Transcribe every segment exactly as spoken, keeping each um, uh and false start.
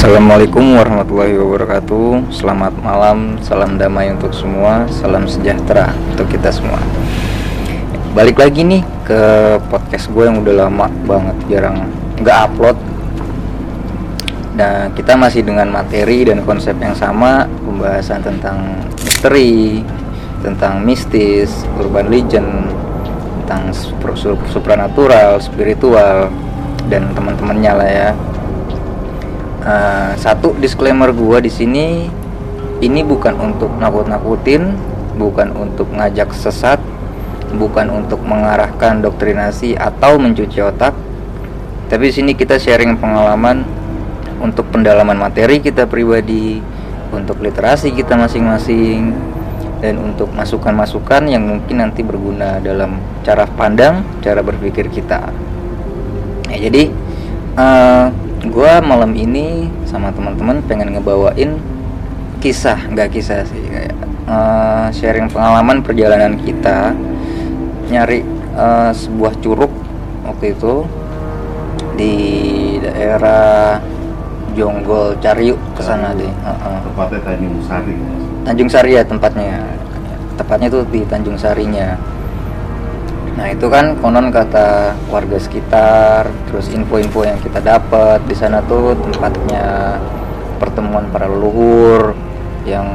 Assalamualaikum warahmatullahi wabarakatuh. Selamat malam, salam damai untuk semua, salam sejahtera untuk kita semua. Balik lagi nih ke podcast gue yang udah lama banget jarang nggak upload. Nah, kita masih dengan materi dan konsep yang sama, pembahasan tentang misteri, tentang mistis, urban legend, tentang supranatural, spiritual, dan teman-temannya lah ya. Uh, satu disclaimer gua di sini, ini bukan untuk nakut-nakutin, bukan untuk ngajak sesat, bukan untuk mengarahkan doktrinasi atau mencuci otak. Tapi di sini kita sharing pengalaman untuk pendalaman materi kita pribadi, untuk literasi kita masing-masing, dan untuk masukan-masukan yang mungkin nanti berguna dalam cara pandang, cara berpikir kita. Ya, jadi uh, gue malam ini sama teman-teman pengen ngebawain kisah, nggak kisah sih, kayak uh, sharing pengalaman perjalanan kita nyari uh, sebuah curug waktu itu di daerah Jonggol Cariuk kesana deh. Uh-uh. Tempatnya Tanjung Sari. Tanjung Sari ya tempatnya, tepatnya tuh di Tanjung Sarinya. Nah itu kan konon kata warga sekitar, terus info-info yang kita dapat di sana tuh tempatnya pertemuan para leluhur yang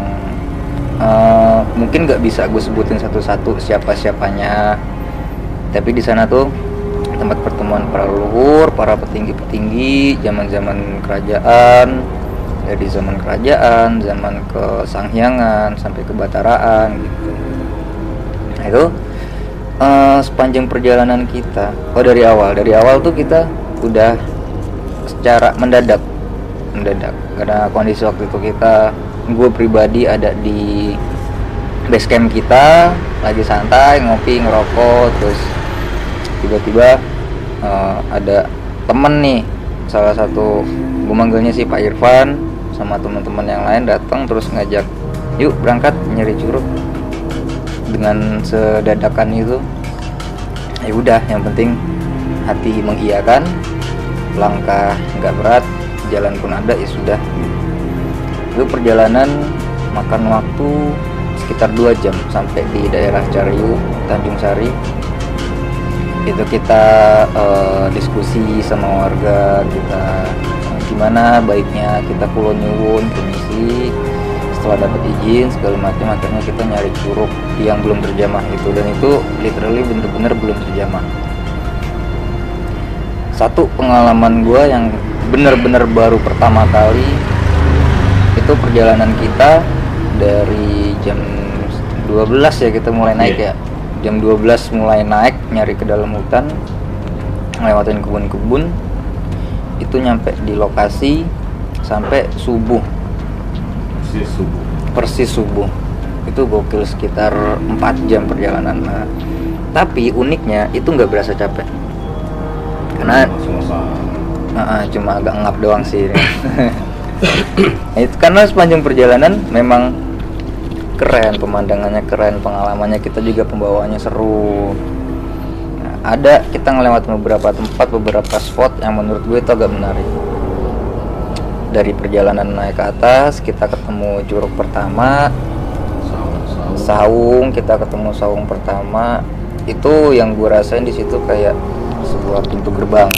uh, mungkin nggak bisa gue sebutin satu-satu siapa-siapanya, tapi di sana tuh tempat pertemuan para leluhur, para petinggi-petinggi zaman-zaman kerajaan, dari zaman kerajaan, zaman kesanghyang sampai ke Bataraan gitu. Nah itu Uh, sepanjang perjalanan kita, oh dari awal, dari awal tuh kita udah secara mendadak, mendadak. Karena kondisi waktu itu kita, gue pribadi ada di base camp kita, lagi santai, ngopi, ngerokok, terus tiba-tiba uh, ada temen nih, salah satu, gue manggilnya si Pak Irfan, sama teman-teman yang lain datang terus ngajak, yuk berangkat nyari curug. Dengan sedadakan itu, ya udah, yang penting hati mengiyakan, langkah nggak berat, jalan pun ada, ya sudah. Itu perjalanan makan waktu sekitar dua jam sampai di daerah Cariuk, Tanjung Sari. Itu kita uh, diskusi sama warga kita, uh, gimana baiknya kita kulon nyuwun permisi. Setelah dapat izin segala macam, akhirnya kita nyari curug yang belum terjamah itu, dan itu literally bener-bener belum terjamah. Satu pengalaman gue yang bener-bener baru pertama kali itu perjalanan kita dari jam dua belas ya kita mulai naik ya. Jam dua belas mulai naik nyari ke dalam hutan, ngelewatin kebun-kebun, itu nyampe di lokasi sampai subuh. Persis subuh. Persis subuh. Itu gokil, sekitar empat jam perjalanan. Nah, tapi uniknya itu nggak berasa capek. Karena uh, cuma agak ngap doang sih. Nah, itu karena sepanjang perjalanan memang keren, pemandangannya keren, pengalamannya kita juga pembawaannya seru. Nah, ada kita ngelewatin beberapa tempat, beberapa spot yang menurut gue itu agak menarik. Dari perjalanan naik ke atas, kita ketemu curug pertama, saung, saung. saung kita ketemu saung pertama. Itu yang gue rasain di situ kayak sebuah pintu gerbang,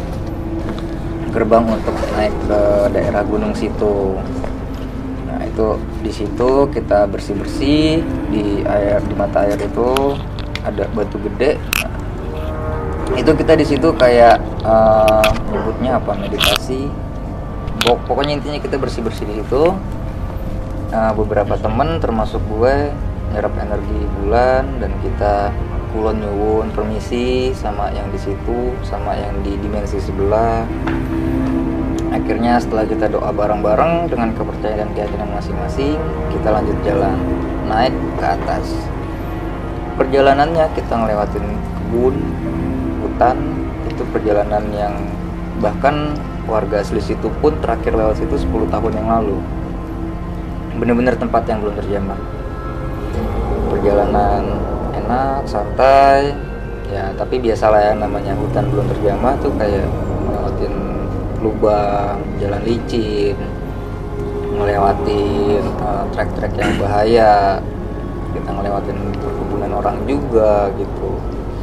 gerbang untuk naik ke daerah Gunung Situ. Nah itu di situ kita bersih bersih di air, di mata air itu ada batu gede. Nah, itu kita di situ kayak uh, nyebutnya apa, meditasi. Pokoknya intinya kita bersih-bersih di situ. Nah, beberapa temen termasuk gue nyerap energi bulan, dan kita kulon nyuwun permisi sama yang di situ, sama yang di dimensi sebelah. Akhirnya setelah kita doa bareng-bareng dengan kepercayaan dan keyakinan masing-masing, kita lanjut jalan naik ke atas. Perjalanannya kita ngelewatin kebun, hutan. Itu perjalanan yang bahkan warga asli situ pun terakhir lewat situ sepuluh tahun yang lalu. Bener-bener tempat yang belum terjamah. Perjalanan enak, santai. Ya, tapi biasalah ya, namanya hutan belum terjamah tuh kayak ngelewatin lubang, jalan licin, ngelewatin uh, trek-trek yang bahaya, kita ngelewatin perkebunan orang juga gitu.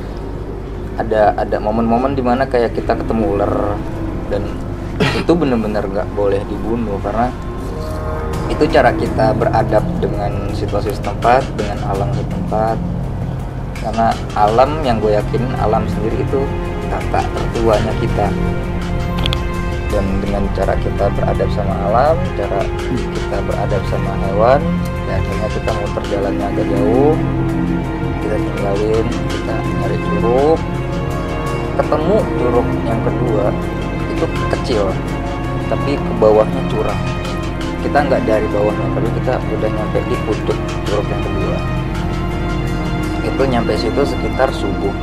Ada ada momen-momen dimana kayak kita ketemu ular, dan itu benar-benar nggak boleh dibunuh karena itu cara kita beradab dengan situasi setempat, dengan alam setempat. Karena alam, yang gue yakin alam sendiri itu kakak tertuanya kita, dan dengan cara kita beradab sama alam, cara kita beradab sama hewan, ya akhirnya kita muter jalannya agak jauh, kita tinggalin, kita nyari curug, ketemu curug yang kedua itu kecil tapi ke bawahnya curam. Kita nggak dari bawahnya, tapi kita udah nyampe di pucuk curug yang kedua. Itu nyampe situ sekitar subuh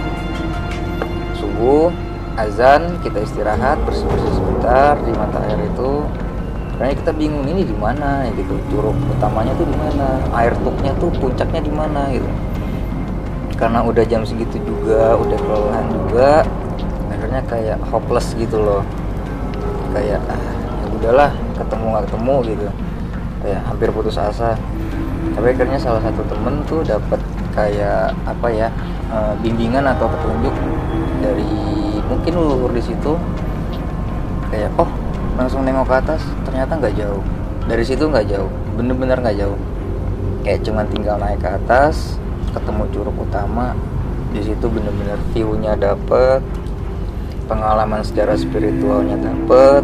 subuh azan, kita istirahat bersih-bersih sebentar di mata air itu. Karena kita bingung ini di mana ya gitu, curug utamanya tuh di mana, air tuknya tuh puncaknya di mana gitu. Karena udah jam segitu juga, udah kelelahan juga, akhirnya kayak hopeless gitu loh, kayak ah ya udahlah, ketemu nggak ketemu gitu, kayak hampir putus asa. Tapi akhirnya salah satu temen tuh dapat kayak apa ya, bimbingan atau petunjuk dari mungkin leluhur di situ, kayak oh langsung nengok ke atas, ternyata nggak jauh dari situ, nggak jauh, bener-bener nggak jauh, kayak cuman tinggal naik ke atas ketemu curug utama. Di situ bener-bener view-nya dapet, pengalaman secara spiritualnya dapet,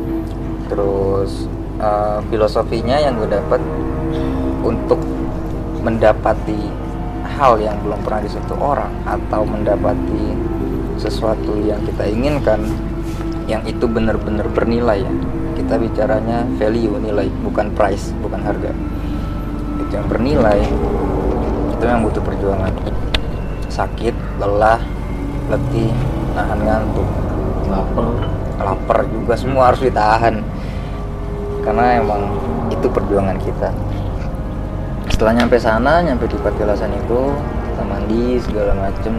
terus uh, filosofinya yang gue dapet untuk mendapati hal yang belum pernah disentuh orang, atau mendapati sesuatu yang kita inginkan yang itu benar-benar bernilai ya. Kita bicaranya value, nilai, bukan price, bukan harga. Itu yang bernilai, itu yang butuh perjuangan. Sakit, lelah, letih, nahan ngantuk, lapar, lapar juga, semua harus ditahan. Karena emang itu perjuangan kita. Setelah nyampe sana, nyampe di Patilasan itu, kita mandi segala macem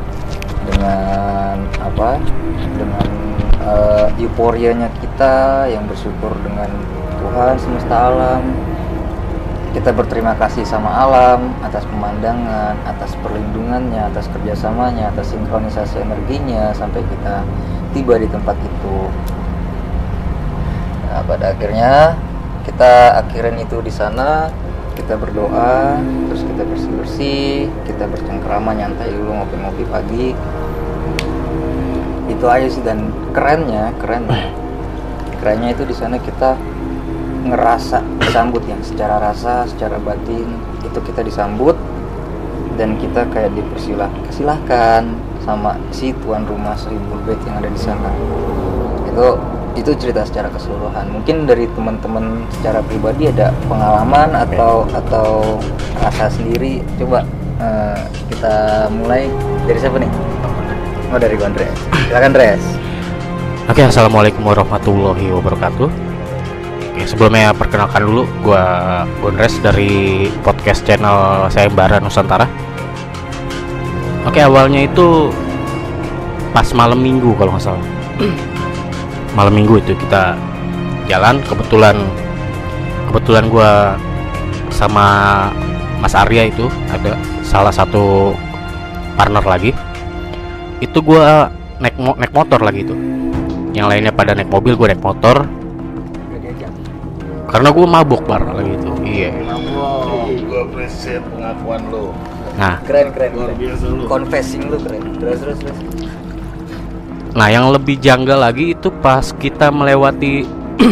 dengan apa? Dengan uh, euforianya kita yang bersyukur dengan Tuhan semesta alam. Kita berterima kasih sama alam atas pemandangan, atas perlindungannya, atas kerjasamanya, atas sinkronisasi energinya sampai kita tiba di tempat itu. Nah, pada akhirnya kita akhirin itu di sana. Kita berdoa, terus kita bersih-bersih, kita bercengkrama, nyantai dulu, ngopi-ngopi pagi. Itu aja sih, dan kerennya, keren, kerennya itu di sana kita ngerasa disambut ya, secara rasa, secara batin itu kita disambut, dan kita kayak dipersilah, silahkan sama si tuan rumah seribu bed yang ada di sana. Itu itu cerita secara keseluruhan. Mungkin dari teman-teman secara pribadi ada pengalaman atau atau rasa sendiri. Coba uh, kita mulai dari siapa nih? Oh, dari Gondres. Silakan Dres. Oke, assalamualaikum warahmatullahi wabarakatuh. Oke, sebelumnya perkenalkan dulu, gua Gondres dari podcast channel Sayembara Nusantara. Oke, awalnya itu pas malam minggu kalau nggak salah. Malam minggu itu kita jalan, kebetulan kebetulan gue sama Mas Arya itu ada salah satu partner lagi. Itu gue naik mo- naik motor lagi itu. Yang lainnya pada naik mobil, gue naik motor. Karena gue mabuk parah lagi itu. Iya. Mabuk. Gue appreciate pengakuan lo. Nah, Keren keren. Luar biasa lu. Confessing lu keren. Terus terus terus. Nah, yang lebih janggal lagi itu pas kita melewati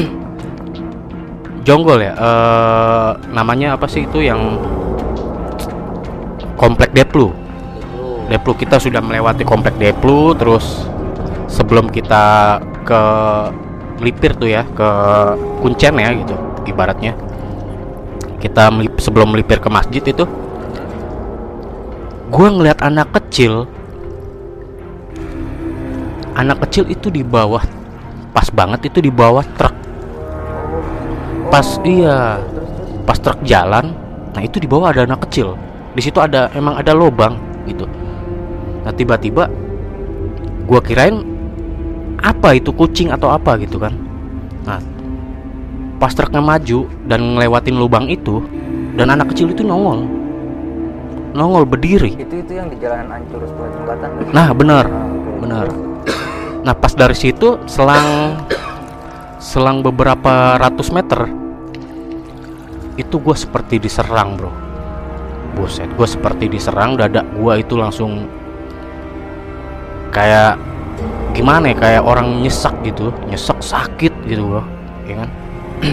Jonggol ya, uh, namanya apa sih itu yang Komplek Deplu. Deplu, kita sudah melewati Komplek Deplu, terus sebelum kita ke melipir tuh ya, ke Kuncen ya gitu, ibaratnya. Kita melip, sebelum melipir ke masjid itu, gue ngeliat anak kecil. Anak kecil itu di bawah, pas banget itu di bawah truk. Pas iya, pas truk jalan, nah itu di bawah ada anak kecil. Di situ ada, emang ada lubang gitu. Nah tiba-tiba, gua kirain apa itu kucing atau apa gitu kan. Nah, pas truknya maju dan ngelewatin lubang itu, dan anak kecil itu nongol, nongol berdiri. Itu itu yang di jalanan hancur setelah jembatan. Nah, benar, Nah, oke. benar. Nah, pas dari situ selang selang beberapa ratus meter itu gue seperti diserang, bro. Buset, gue seperti diserang. Dada gue itu langsung kayak gimana ya, kayak orang nyesek gitu, nyesek sakit gitu, bro, ya kan.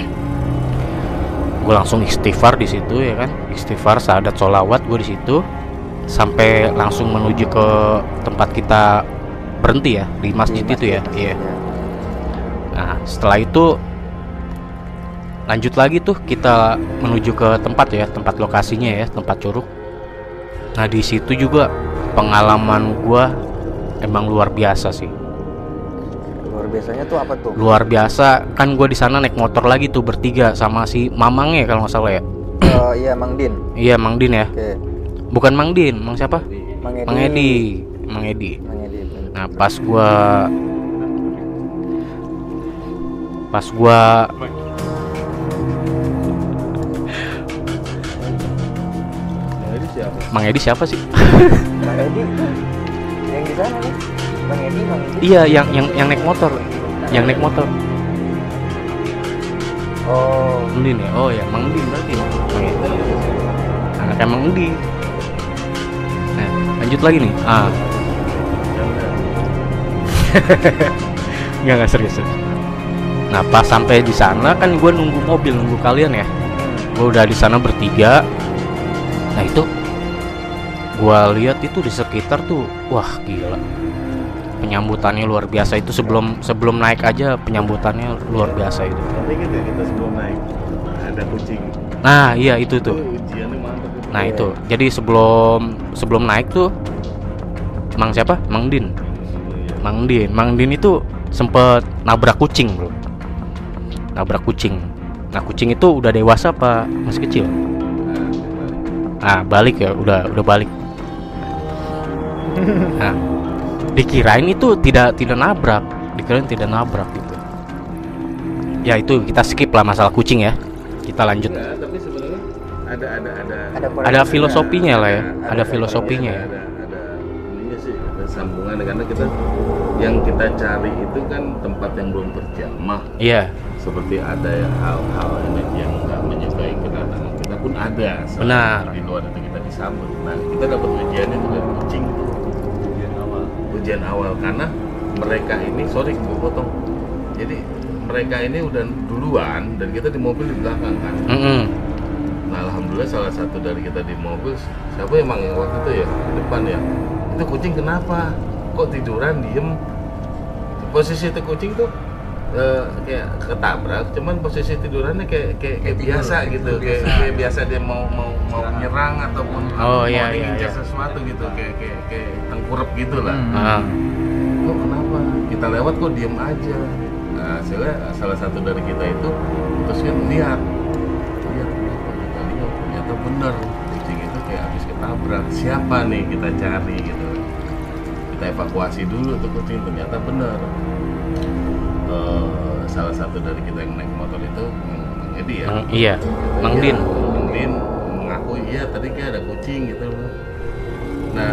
Gue langsung istighfar di situ, ya kan, istighfar, syahadat, sholawat gue di situ sampai langsung menuju ke tempat kita berhenti ya, di masjid, Di itu ya, masjid, iya. ya. Nah, setelah itu lanjut lagi tuh kita menuju ke tempat ya, tempat lokasinya ya, tempat curug. Nah, di situ juga pengalaman gua emang luar biasa sih. Luar biasanya tuh apa tuh? Luar biasa, kan gua di sana naik motor lagi tuh bertiga sama si Mamang ya kalau nggak salah ya. Oh iya, Mang Din. Iya, Mang Din ya. Oke. Bukan Mang Din, Mang siapa? Mang Edi. Mang Edi. Mang Edi. Mang Edi. Nah, pas gua pas gua Jadi siapa? Mang Edi siapa sih? Mang Edi yang di sana nih. Mang Edi, Mang Edi. Iya, yang yang yang naik motor. Yang naik motor. Oh, Mendin ya? Oh ya, Mang Din berarti ya? Mang Edi. Anaknya Mang Edi. Nah, lanjut lagi nih. Ah. Nggak, nggak serius, serius. Nah, pas sampai di sana kan gue nunggu mobil, nunggu kalian ya. Gue udah di sana bertiga. Nah, itu gue lihat itu di sekitar tuh, wah gila. Penyambutannya luar biasa itu, sebelum sebelum naik aja penyambutannya luar biasa itu. Tapi gitu ya, kita sebelum naik ada kucing. Nah, iya itu tuh. Ujiannya mantap itu. Nah, itu. Jadi sebelum sebelum naik tuh Mang siapa? Mang Din. Mang Din. Mang Din itu sempet nabrak kucing, bro. Nabrak kucing. Nah, kucing itu udah dewasa apa masih kecil? Ah, balik ya, udah udah balik. Nah, dikirain itu tidak tidak nabrak, dikirain tidak nabrak gitu. Ya itu kita skip lah masalah kucing ya. Kita lanjut. Enggak, tapi sebenarnya ada ada ada ada Ada filosofinya lah ya, ada filosofinya ya. Ada ada ininya sih, ada sambungan karena kita yang kita cari itu kan tempat yang belum terjamah. Iya, Seperti ada ya hal-hal energi yang nggak menyukai kedatangan kita pun ada. Selain Benar. Di luar itu kita disambut. Nah, kita dapat ujian itu dari kucing itu. Ujian awal. Ujian awal karena mereka ini, sorry gue potong. Jadi mereka ini udah duluan dan kita di mobil di belakang kan. mm-mm. Nah, alhamdulillah salah satu dari kita di mobil, siapa emang yang waktu itu ya di depan ya, itu kucing kenapa kok tiduran diem. Posisi itu kucing tuh eh, kayak ketabrak, cuman posisi tidurannya kayak kayak, kayak biasa gitu, kayak, kayak biasa dia mau mau mau menyerang ataupun Oh, mau iya, dia iya, ngincar iya. sesuatu gitu, kayak kayak kayak tengkurap gitu lah. Hmm. Ah, Kok kenapa kita lewat kok diem aja. Nah, hasilnya salah satu dari kita itu terus kan lihat lihat kenapa kita lihat ternyata bener kucing itu kayak habis ketabrak. Siapa nih kita cari gitu, kita evakuasi dulu tuh kucing, ternyata bener Eh, salah satu dari kita yang naik motor itu Mang Edi ya. Mang- iya, Mang Iya, Din. Mang Din mengaku iya tadi kayak ada kucing gitu. Nah,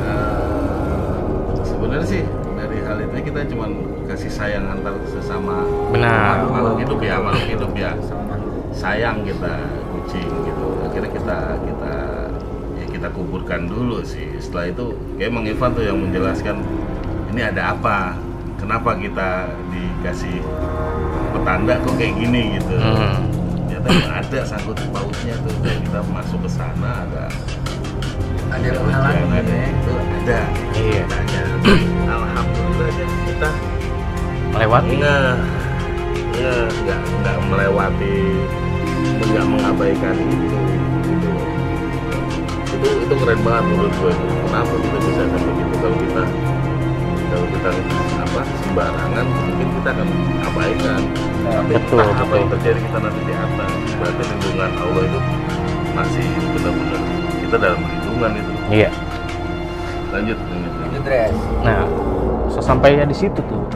eh, sebenarnya sih dari hal itu kita cuma kasih sayang antar sesama Benar. makhluk makhluk hidup ya, makhluk hidup ya. Sayang kita kucing gitu. Akhirnya kita kita ya kita kuburkan dulu sih. Setelah itu kayak Mang Ivan tuh yang menjelaskan ini ada apa, kenapa kita dikasih petanda kok kayak gini gitu. Hmm. Ternyata ada sangkut pautnya tuh, kayak kita masuk ke sana ada Ada yang menghalangi ujian, ada ya. itu ada. Iya. Ada. Alhamdulillah ya, kita Melewati. nggak nggak nggak nggak melewati, nggak mengabaikan itu gitu. itu itu keren banget menurut gue. Kenapa kita bisa sampai gitu? Kalau kita kalau kita apa sembarangan mungkin kita akan abaikan. Tapi Betul, entah apa betul. yang terjadi kita nanti di atas, berarti lindungan Allah itu masih benar-benar kita dalam lindungan itu. Iya. Lanjut, lanjut, Itu lanjut. dress. Nah, sesampainya di situ tuh, ya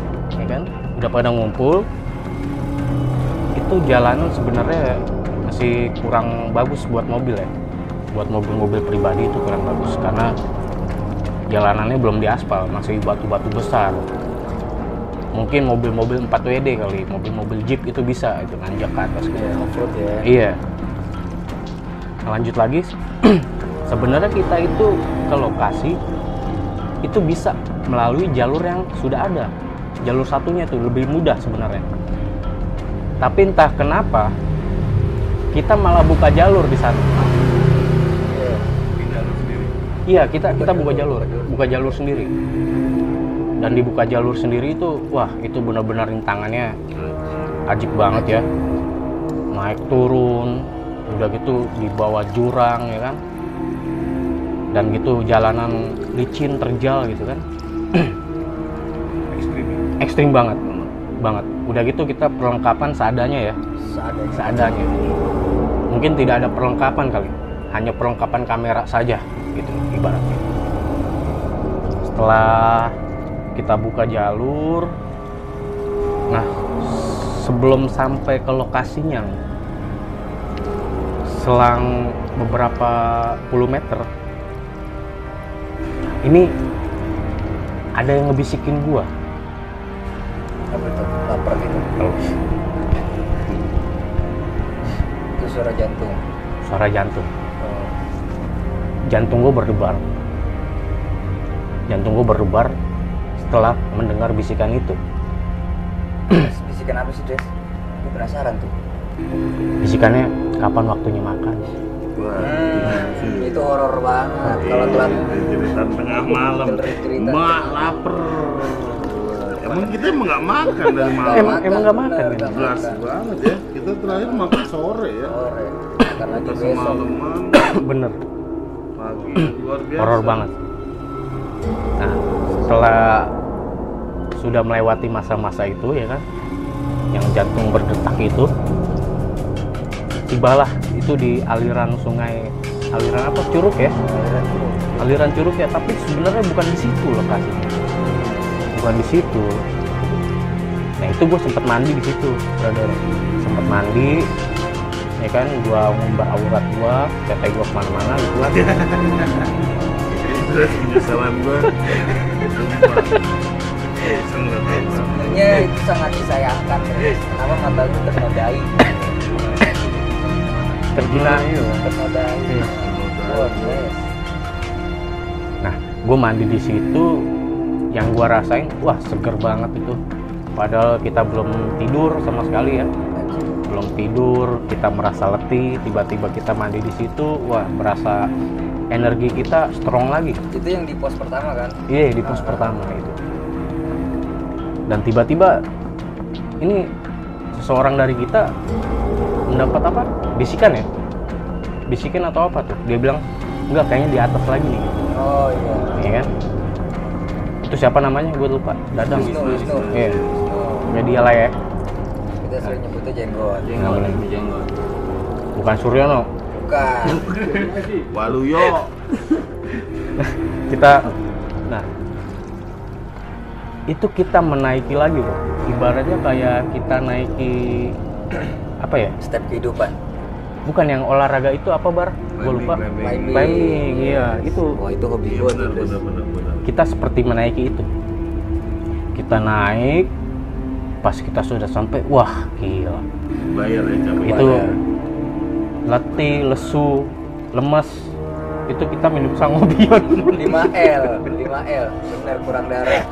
kan, udah pada ngumpul. Itu jalanan sebenarnya masih kurang bagus buat mobil ya, buat mobil-mobil pribadi itu kurang bagus karena jalanannya belum diaspal, masih batu-batu besar. Mungkin mobil-mobil empat W D kali, mobil-mobil Jeep itu bisa itu nanjak ke atas gitu. Ya, off-road ya. Iya. Nah, lanjut lagi, sebenarnya kita itu ke lokasi itu bisa melalui jalur yang sudah ada. Jalur satunya itu lebih mudah sebenarnya. Tapi entah kenapa kita malah buka jalur di sana. Iya. jalur sendiri. Iya, kita kita buka jalur, buka jalur sendiri. Dan dibuka jalur sendiri itu, wah itu benar-benar rintangannya ajib banget ya. Naik turun, udah gitu di bawah jurang ya kan. Dan gitu jalanan licin terjal gitu kan. Ekstrim. Ekstrim banget, banget. Udah gitu kita perlengkapan seadanya ya, Seadanya. seadanya. Mungkin tidak ada perlengkapan kali, hanya perlengkapan kamera saja gitu ibaratnya. Setelah kita buka jalur, nah sebelum sampai ke lokasinya, selang beberapa puluh meter, ini ada yang ngebisikin gua. Apa itu? Lapar gitu. Itu suara jantung. Suara jantung. Oh. Jantung gua berdebar. Jantung gua berdebar setelah mendengar bisikan itu. Terus bisikan apa sih, Des? Gue penasaran tuh. Bisikannya kapan waktunya makan. Hmm, itu horor banget kalau telat cerita tengah malam. cerita. Mak lapar. Emang kita emang nggak makan dari malam. Emang emang nggak makan kan? Gas banget ya. Kita terakhir makan sore ya. Sore. Makan lagi Kita besok. semalaman Bener, pagi luar biasa. horor banget. Nah, setelah sudah melewati masa-masa itu ya kan, yang jantung berdetak itu, tibalah itu di aliran sungai, aliran apa, curug ya, aliran curug ya, tapi sebenarnya bukan di situ lokasinya, bukan di situ. Nah itu gue sempet mandi di situ, brother, sempet mandi, ya kan, gue ngumbar aurat gue, tete gue kemana-mana gitu kan. Itu penyesalan gua. Sebenarnya itu sangat disayangkan, Des. Kenapa mata gue ternodai? Tergila itu. Ternodai. Iya. Oh, Des. Nah, gue mandi di situ, yang gue rasain, wah seger banget itu. Padahal kita belum tidur sama sekali ya, belum tidur, kita merasa letih. Tiba-tiba kita mandi di situ, wah berasa energi kita strong lagi. Itu yang di pos pertama kan? Iya, di pos pertama itu. Dan tiba-tiba ini seseorang dari kita mendapat apa? Bisikan ya? Bisikan atau apa tuh? Dia bilang, enggak, kayaknya di atas lagi nih. Oh iya. Iya kan? Itu siapa namanya? Gue lupa. Dadang. Wisnu, Wisnu. Iya. Wisnu. Ya dia lah ya. Kita sering nyebutnya jenggot. Jenggot, jenggot. Bukan Suryono. Bukan. Waluyo. Kita, nah itu kita menaiki lagi loh. Ibaratnya kayak kita naiki apa ya? Step kehidupan. Bukan yang olahraga itu apa, Bar? Gue lupa. Climbing. Climbing, iya itu. Wah itu hobi Iya gue benar tuh, Des. benar benar benar. Kita seperti menaiki itu. Kita naik, pas kita sudah sampai, wah gila. Bayar ya capek. Itu Bayar. letih, lesu, lemes. Itu kita minum sangobion. lima L, lima L, bener kurang darah.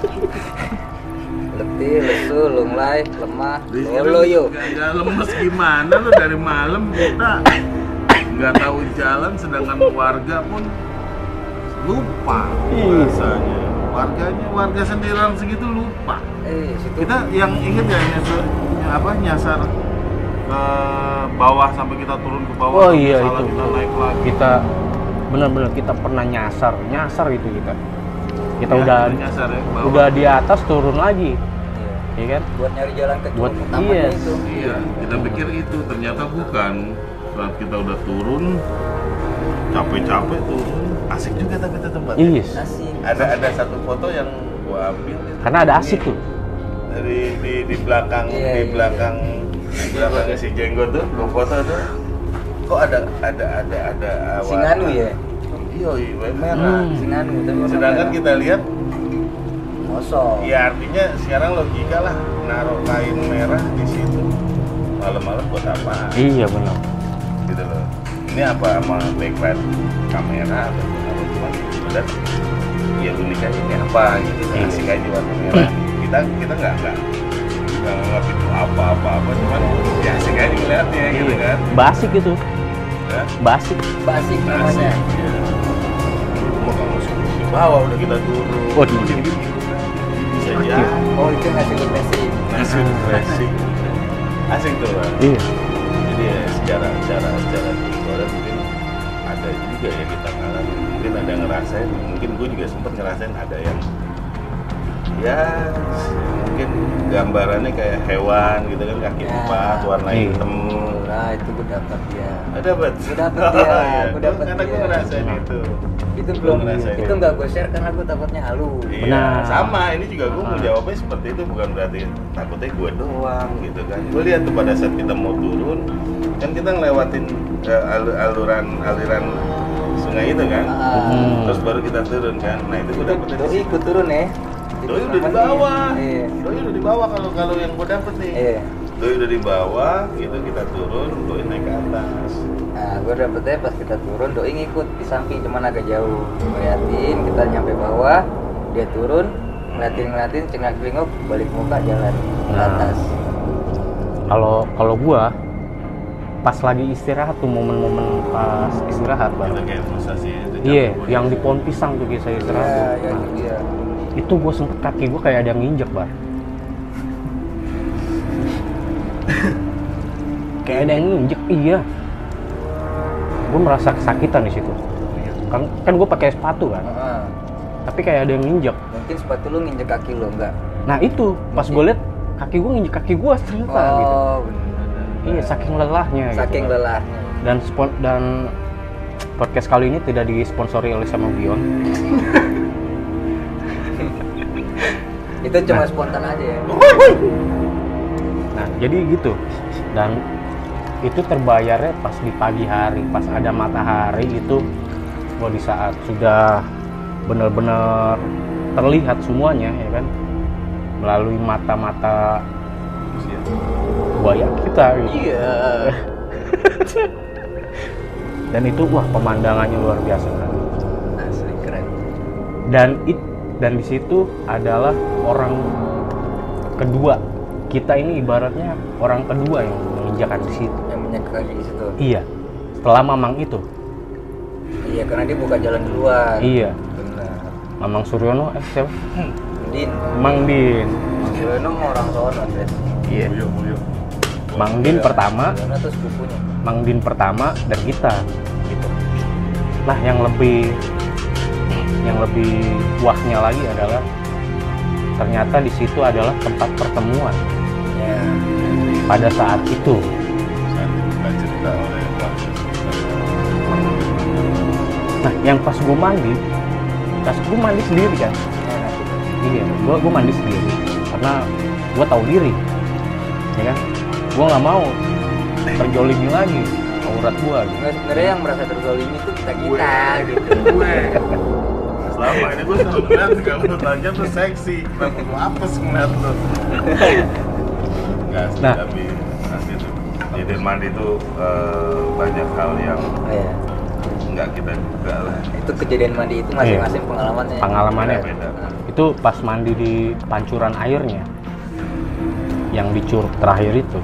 Letih, lesu, lunglai, lemah, loyo. Gak lemes gimana lu dari malam kita nggak tahu jalan, sedangkan warga pun lupa Iya. rasanya. Warganya warga sendirian segitu lupa. Eh, situ Kita yang inget ya nyasar, apa nyasar ke bawah sampai kita turun ke bawah. Oh iya salah itu. kita naik lagi. Kita benar-benar kita pernah nyasar, nyasar itu kita. Kita Ya, udah nyasar ya, ke bawah. udah di atas turun lagi, iya. ya kan? Buat nyari jalan ke Buat- curug utamanya iya. itu. Iya, kita pikir itu, ternyata bukan. Saat kita udah turun, capek-capek turun, asik juga tapi tetap banget. Iya. Asik. Ada ada satu foto yang gua ambil itu. Karena ada asik tuh. di di, di belakang Iya, di iya, belakang di belakangnya si Jenggot tuh gua foto tuh kok ada ada ada ada warna- Singanu ya? iya iya merah Hmm. Singanu tapi warna sedangkan merah. kita lihat Kosong. ya artinya sekarang logika lah naruh kain merah di situ malam-malam buat apa Iya benar. gitu loh ini apa sama backlight kamera atau apa cuma udah ya unik aja ini apa gitu Iya. asik aja warna merah kita kita nggak nggak nggak nganggap itu apa apa apa cuman ya asik aja ngeliatnya gitu kan Basic itu, ya basic. Basic namanya. asik ya. Mau kamu suruh di bawah udah kita turun Waduh. gitu bisa aja Oh itu ngasih ke basic. asik asik asik tuh Bang. Iya. Jadi ya secara secara secara orang mungkin ada juga ya kita ngalamin mungkin ada yang ngerasain mungkin gue juga sempet ngerasain ada yang ya mungkin gambarannya kayak hewan gitu kan kaki Ya. empat warna Iya. hitam Nah itu gue dapat ya. ada bet Gua dapet ya, gua dapet karena gue ya. ngerasain itu Itu Gua belum ngerasain itu nggak gue share karena gue takutnya halu. Iya, Benar. sama ini juga gue mau Ah. jawabnya seperti itu bukan berarti takutnya gue doang gitu kan. Gue lihat tuh pada saat kita mau turun kan kita ngelewatin eh, alur- aluran aliran sungai itu kan. Ah. Hmm. Terus baru kita turun kan. Nah itu gue dapet Doi di ikut turun ya. Doi udah di bawah. Iya. Doi udah di bawah kalau kalau yang gue dapet nih. Iya. Doi udah di bawah, gitu kita turun, Doi naik ke atas. Nah, gue dapetnya pas kita turun, Doi ngikut di samping, cuman agak jauh. Ngeliatin, kita nyampe bawah, dia turun, ngeliatin ngeliatin, cengak celinguk, balik muka jalan ke Nah. atas. Kalau kalau gua pas lagi istirahat tuh momen-momen pas istirahat Kita Bang. kayak frustasi itu. Iya, yang di pohon pisang tuh kisah istirahat. Iya, tuh. ya Nah, itu dia. itu gue sempet kaki gue kayak ada yang nginjek Bar. Kayak ada yang nginjek, iya. Gue merasa kesakitan di situ. Kan kan gue pakai sepatu kan, Heeh. tapi kayak ada yang nginjek. Mungkin sepatu lu nginjek kaki lu, enggak? Nah itu pas gue liat kaki gue nginjek kaki gue ternyata gitu. Oh, bener. Iya, saking lelahnya. Saking gitu. lelahnya. Dan spon dan podcast kali ini tidak disponsori oleh sama Bion. Itu cuma Nah. spontan aja ya. Nah, jadi gitu. Dan itu terbayarnya pas di pagi hari, pas ada matahari itu, oh di saat sudah benar-benar terlihat semuanya ya kan, melalui mata-mata buaya kita gitu. Iya. Dan itu wah pemandangannya luar biasa. Asli keren. Dan it dan di situ adalah orang kedua. Kita ini ibaratnya orang kedua yang menginjakan di situ. Yang minyak kaki di situ. Iya. Setelah Mamang itu. Iya, karena dia buka jalan duluan. Iya. Benar. Mamang Suryono eh siapa? Din. Mang Din. Suryono mau orang sono, Des. Iya. Buyuk, buyuk. Mang Din pertama, Suryono tuh sepupunya. Mang Din pertama dan kita gitu. Nah, yang lebih yang lebih wahnya lagi adalah ternyata di situ adalah tempat pertemuan Ya. pada saat itu. Saat kita cerita oleh warga Nah, yang pas gue mandi, pas gue mandi sendiri kan. Enak. Iya, gue gue mandi sendiri karena gue tahu diri, ya kan. Gue nggak mau terjolimi lagi aurat gue. Gitu. Nggak, sebenarnya yang merasa terzalimi itu kita kita gitu. gue selama ini gue selalu ngeliat kalau lu tanya tuh seksi kenapa lu apes ngeliat lu nggak sih Nah. tapi nanti tuh jadi mandi tuh eh, banyak hal yang Oh, ya. nggak kita duga lah Itu kejadian mandi itu masing-masing pengalamannya. Pengalamannya beda itu pas mandi di pancuran airnya, yang di curug terakhir itu,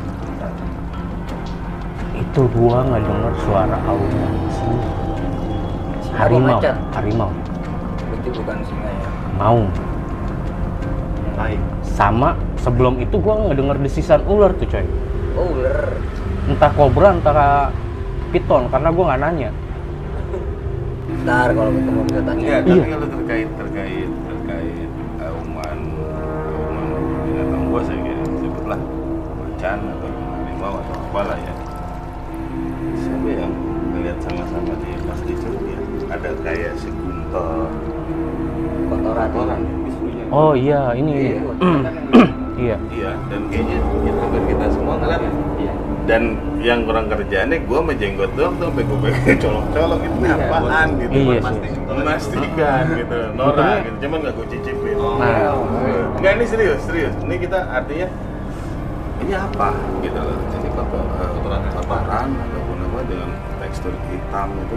itu gua nggak dengar suara auman singa. Harimau, macan. harimau, Berarti bukan singa ya. mau. lain Sama sebelum itu gua nggak dengar desisan ular tuh coy. Oh, ular. Entah kobra, entah piton, karena gua nggak nanya. Ntar kalau ketemu kita tanya. iya Iya. tapi kalau terkait terkait terkait auman auman binatang gua saya kayak sebutlah macan atau harimau atau apalah ya siapa yang ngeliat sama-sama di pas di curug ya ada kayak seguntor Kotoran. kotoran isunya Oh iya, ini Iya, ini. kotoran kan yang- Iya. Iya, dan kayaknya kita hampir kita semua ngeliat. Iya. Dan yang kurang kerjaannya gue sama jenggot doang tuh sampai gue pengen colok-colok itu Iya, apaan gitu. Iya Buat sih. memastikan gitu. Nora gitu, cuman gak gue cicipin. Nah. Enggak, ini serius, serius. Ini kita artinya ini apa gitu loh. Ini kotor, eh, kotoran kotoran ataupun apa dengan tekstur hitam itu.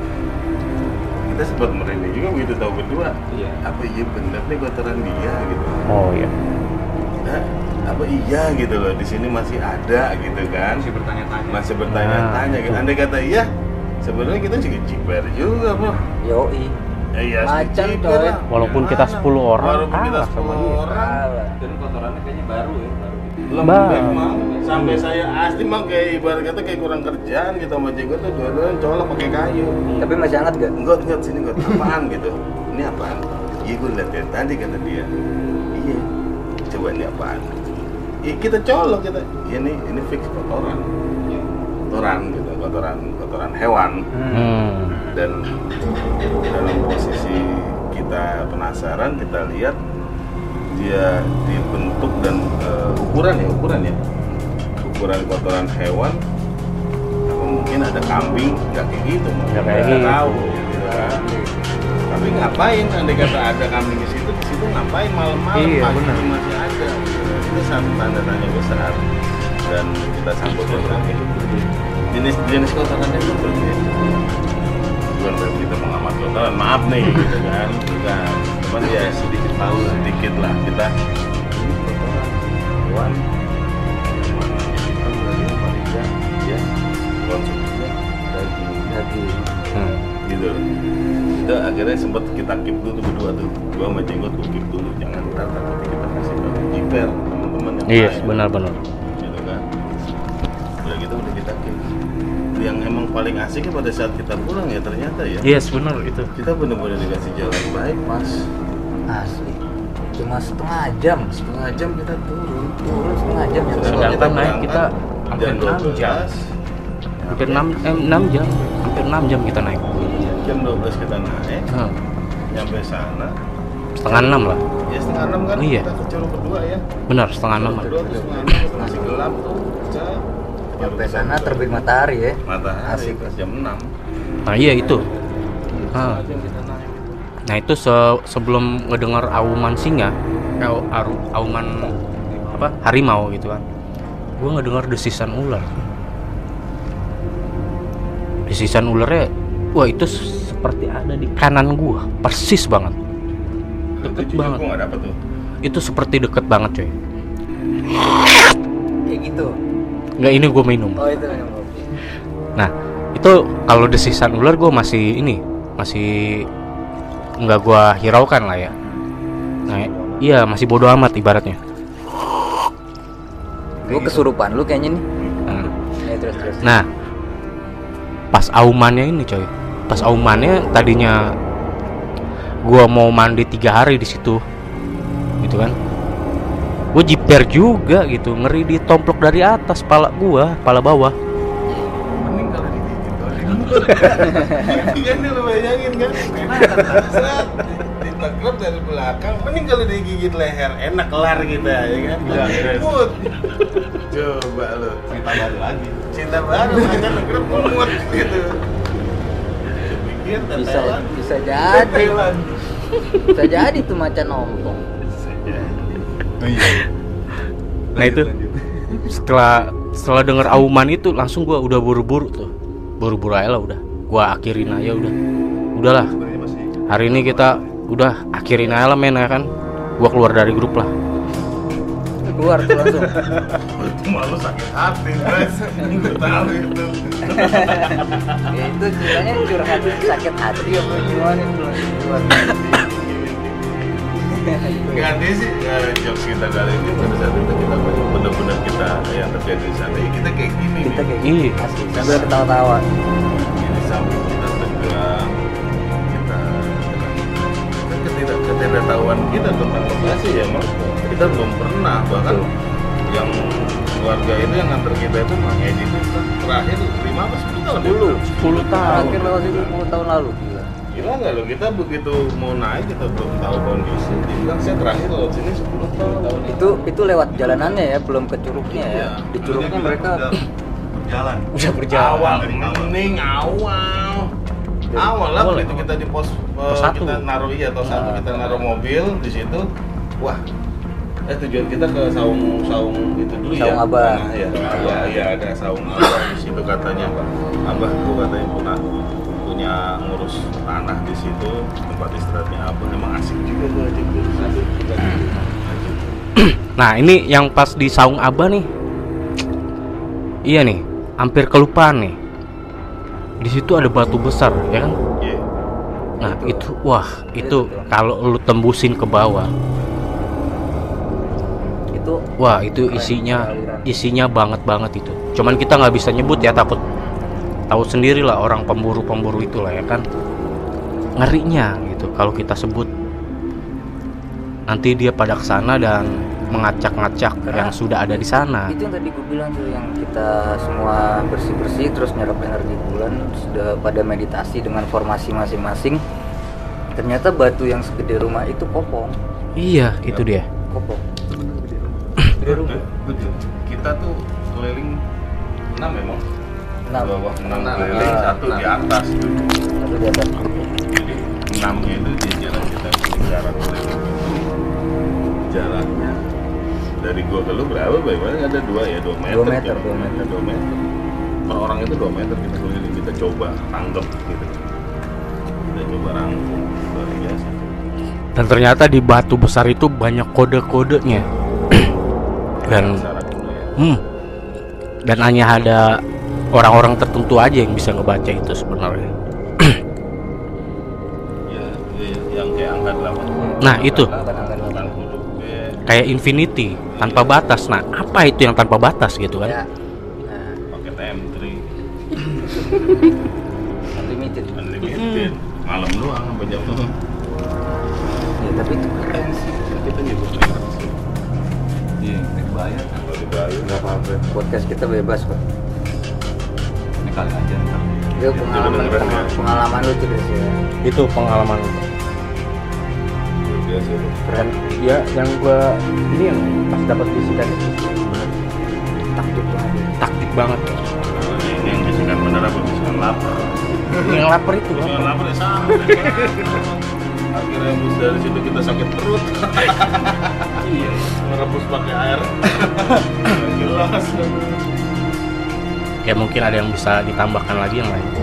Kita sempat merinding juga begitu tahu berdua. Iya. Apa iya bener nih kotoran dia gitu. Oh iya. Nah, apa iya gitu loh, di sini masih ada gitu kan, Masih bertanya-tanya. masih bertanya-tanya Nah, gitu. betul. Andai kata iya, sebenarnya kita juga ciper juga bro. Yoi. Ya, iya, Macan, ciper coy. lah. Walaupun Ya, kita mana? sepuluh orang, walaupun kita kalah sama sepuluh dia. orang, Kalah. Dan kotorannya kayaknya baru ya, baru. lembek Bang. mang. Sampai saya asli mang kayak ibarat kata kayak kurang kerjaan gitu sama jenggot tuh dua-duanya colok pakai kayu. Tapi masih hangat gak? Enggak, enggak sini enggak apaan gitu. Ini apaan? Iya gue liat dari tadi kata dia. Iya. Coba ini apaan? Ya, kita colok kita. Ya, ini ini fix kotoran. Kotoran gitu, kotoran kotoran hewan. Hmm. Dan dalam posisi kita penasaran, kita lihat dia dibentuk dan uh, ukuran ya ukuran ya ukuran kotoran hewan. Apa mungkin ada kambing nggak kayak gitu? Nggak kayak Nggak gitu. tahu gitu kan. Tapi ngapain? Andai kata ada kambing di situ, di situ ngapain malam-malam Iya, pagi benar. masih ada? Itu satu tanda tanya besar. Dan kita sambut lagi. Jenis-jenis kotorannya itu berbeda. Bukan berarti kita mengamat kotoran, maaf nih gitu kan. Bukan. Cuman ya sedikit tahu sedikit lah kita. Ini kotoran hewan. Mana kita berarti paling enggak ya konsumsinya daging. Daging. Hmm. Gitu. Itu akhirnya sempat kita keep dulu berdua tuh. Gua sama jenggot gua keep dulu. Jangan ntar takut kita kasih tahu jiper teman-teman yang Iya, lain. benar-benar. Gitu kan. Udah gitu udah kita keep. Yang emang paling asiknya pada saat kita pulang ya ternyata ya. Yes, benar itu. Kita benar-benar dikasih jalan bypass. Asli. Cuma setengah jam. Setengah jam kita turun. Turun setengah jam ya. Sedangkan Sedangkan naik berangkat kita hampir jam enam jam. dua belas. Hampir enam eh, enam jam. Hampir enam jam kita naik. Jam dua belas kita naik. Hmm. Nyampe sana. Setengah enam lah. Ya setengah enam kan Iya. kita ke Curug berdua ya. Benar, setengah enam. Berdua tuh setengah enam itu masih gelap tuh. Cak. Sampai sana terbit matahari ya. Matahari Asik. pas jam enam. Nah iya itu. Ah. Setengah jam kita naik. Nah itu se- sebelum ngedengar auman singa, eh, aru- auman apa harimau gitu kan, gue ngedengar desisan ular. Desisan ularnya, wah itu seperti ada di kanan gue, persis banget, deket Itu jujur banget. gua nggak dapet tuh. Itu seperti deket banget coy. Kayak gitu. Nggak, ini gue minum. Oh itu yang mau. Nah itu kalau desisan ular gue masih ini masih nggak gue hiraukan lah ya. Nah iya masih bodo amat ibaratnya. Gue kesurupan lu kayaknya nih. Hmm. Ya, terus terus. Nah pas aumannya ini coy, pas aumannya tadinya gue mau mandi tiga hari di situ, gitu kan. Gue jiper juga gitu, ngeri ditomplok dari atas pala gue, pala bawah. Mending kalau digigit doang. Kan lu bayangin kan, enak kan, set, ditegrep dari belakang. Mending kalau digigit leher, enak kelar kita ya kan. Mut. Coba lu. Cerita baru lagi. Cinta baru macan negrep mut gitu. Pikir Bisa tetelan. bisa jadi. Tetelan. Bisa jadi tuh macan ompong. Oh iya. Nah itu setelah setelah denger auman itu langsung gue udah buru-buru tuh, buru-buru aja lah udah. Gue akhirin aja udah. Udahlah. Hari ini kita udah akhirin aja lah men ya kan. Gue keluar dari grup lah. Keluar tuh langsung. Itu malu sakit hati, guys. Gue tahu itu. Ya itu ceritanya curhat sakit hati apa gimana itu keluar. Nggak ada sih uh, jokes kita kali ini pada saat itu kita benar-benar kita yang terjadi di sana ya kita kayak gini Kita nih. kayak Iya. gini. Asli sambil ketawa-tawa. Ini sambil kita tegang, kita kan ketidak ketidaktahuan kita tentang lokasi ya mas. Kita belum pernah bahkan yang keluarga itu yang nganter kita itu Mang Edi itu terakhir lima apa sepuluh tahun? sepuluh tahun. Terakhir lewat itu sepuluh tahun lalu. Gila. Gila nggak lo, kita begitu mau naik kita belum tahu kondisi. Dia bilang saya terakhir lewat sini sepuluh tahun. Itu itu lewat jalanannya ya, belum ke curugnya ya. Iya. Di curugnya mereka Berjalan. Udah berjalan. Awal, mending awal. Awal lah Boleh. begitu kita di pos, Pos eh, satu. kita naruh iya atau satu kita naruh mobil di situ. Wah, eh tujuan kita ke saung saung itu dulu ya. Saung Abah. Nah, ya, Abah, ya ada saung Abah di situ katanya. Abah tuh katanya punya punya ngurus tanah di situ, tempat istirahatnya Abah. Emang asik juga tuh aja tuh. Asik juga. Asik. Nah ini yang pas di saung Abah nih, iya nih, hampir kelupaan nih. Di situ ada batu besar, ya kan? Iya. Nah itu, wah itu Itu tuh. kalau lu tembusin ke bawah, itu wah itu Keren, isinya, aliran. isinya banget banget itu. Cuman kita nggak bisa nyebut ya, takut tahu sendiri lah orang pemburu-pemburu itulah ya kan. Ngerinya gitu kalau kita sebut, nanti dia pada kesana dan mengacak-ngacak Karena yang sudah ada di sana. itu yang tadi gue bilang tuh, yang kita semua bersih-bersih terus nyerap energi bulan, sudah pada meditasi dengan formasi masing-masing. Ternyata batu yang segede rumah itu kopong, Iya, itu dia. kopong. Betul, betul. Kita tuh keliling enam memang. Enam. Bawah enam Enam. keliling, Ah, satu enam. di atas tuh. Satu di atas. Jadi enamnya itu di jalan kita jarak keliling. Jaraknya dari gua ke lu berapa? Bagaimana ada dua ya, dua meter. Dua meter, gitu. dua meter. Dua meter. Per orang itu dua meter kita keliling, kita coba tanggap gitu. Kita coba rangkum, luar biasa. Dan ternyata di batu besar itu banyak kode-kodenya. Dan Syarat dulu ya. hmm, dan hanya ada orang-orang tertentu aja yang bisa ngebaca itu sebenarnya. Ya, ya, yang kayak angka delapan. Nah itu Angkat-angkat. Bukan huruf B. kayak infinity tanpa batas. Nah apa itu yang tanpa batas gitu Ya. kan? Nah, Pakai M tiga unlimited. unlimited. Malam doang sampai jam tujuh. Ya, tapi itu keren sih. Kita nyebut merek sih. Iya, dibayar kan. Kalau dibayar nggak apa-apa. Podcast kita bebas kok. Ini kali aja ntar. Itu pengalaman dengerin ya. pengalaman lu tuh sih. Itu pengalaman Luar biasa tuh. keren. Ya yang gua ini yang pas dapat bisikan itu Takjub banget. taktik banget. Nah, ini yang bisikan bener apa bisikan lapar? Yang lapar itu Bisikan lapar. lapar ya sama. Akhirnya bus dari situ kita sakit perut. Iya. Merebus pakai air. Nggak jelas. Ya mungkin ada yang bisa ditambahkan lagi yang lain.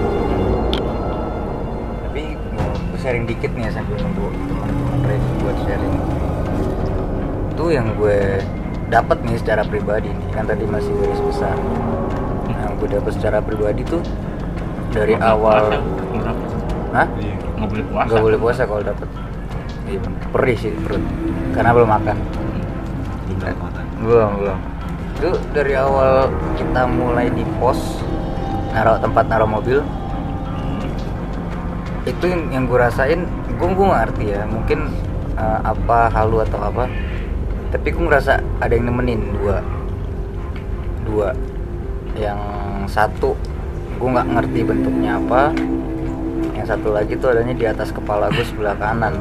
Tapi mau gue sharing dikit nih ya sambil nunggu teman-teman ready buat sharing. Itu yang gue dapat nih secara pribadi nih, kan tadi masih garis besar. Nah, yang gue dapat secara pribadi tuh dari awal. Hah? Iya. Nggak boleh puasa. Gak boleh puasa kalau dapat. Iya bener. Perih sih perut. Karena belum makan. Belum dapat makan. Belum belum. Itu dari awal kita mulai di pos naruh tempat naruh mobil. Itu yang, yang gue rasain, gue gue nggak ngerti ya. Mungkin uh, apa halu atau apa. Tapi gue ngerasa ada yang nemenin dua. Dua. Yang satu gue nggak ngerti bentuknya apa. Yang satu lagi tuh adanya di atas kepala gue sebelah kanan.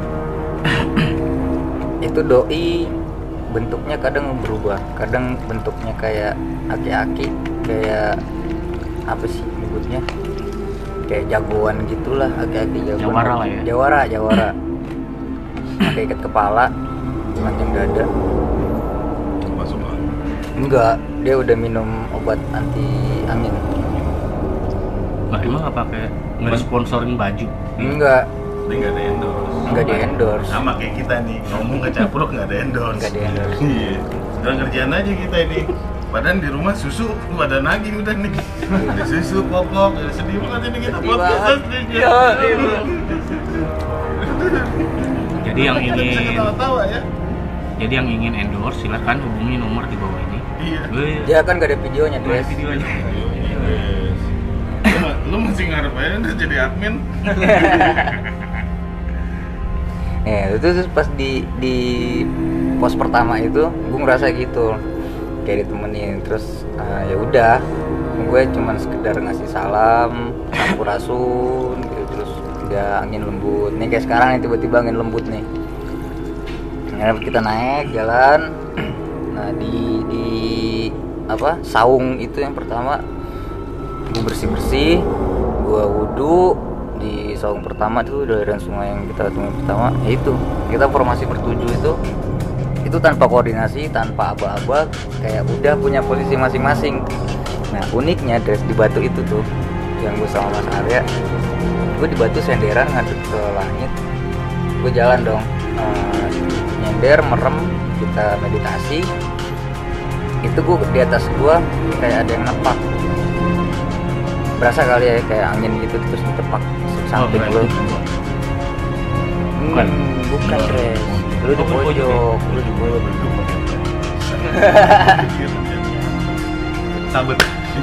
Itu doi bentuknya kadang berubah, kadang bentuknya kayak aki-aki, kayak apa sih nyebutnya, kayak jagoan gitulah, aki-aki jagoan. Jawara lah ya. Jawara, jawara. Pakai ikat kepala, panjang dada. Masuk angin. Enggak, dia udah minum obat anti angin. Nah emang apa kayak nge-sponsorin baju? Enggak, Dia nggak ada endorse. enggak di endorse. Sama kayak kita nih, ngomong ngecapruk nggak ada endorse. Nggak di endorse. Iya. Udah ngerjain aja kita ini. Padahal di rumah susu pada nagih udah nih. Ada susu popok, ada sedih banget ini kita Sedih podcast. banget. sedih. Ya, iya. Jadi yang Kita bisa ingin ketawa-tawa ya. jadi yang ingin endorse silahkan hubungi nomor di bawah ini. Iya. Wih, Dia kan gak ada videonya, ada Dres. videonya. Ayo, yes. Lu, ma- lu masih ngarep aja udah jadi admin. Ya, itu terus pas di di pos pertama itu gue ngerasa gitu, kayak ditemenin. Terus uh, ya udah, gue cuman sekedar ngasih salam, sampurasun gitu. Terus udah angin lembut nih kayak sekarang nih, tiba-tiba angin lembut nih. Nah, kita naik jalan. Nah di di apa saung itu yang pertama gue bersih bersih, gue wudhu di saung pertama itu dari aliran sungai yang kita temuin pertama. Ya itu kita formasi bertujuh itu itu tanpa koordinasi, tanpa aba-aba, kayak udah punya posisi masing-masing. Nah uniknya dress di batu itu tuh yang gue sama Mas Arya, gue di batu senderan ngadep ke langit. Gue jalan dong, uh, nyender merem, kita meditasi. Itu gue di atas gue kayak ada yang nepak, berasa kali ya kayak angin gitu terus ditepak samping Oh, lu. berarti bukan. Hmm, bukan dress, lu di Oh, pojok pojok, lu di pojok. Sabet.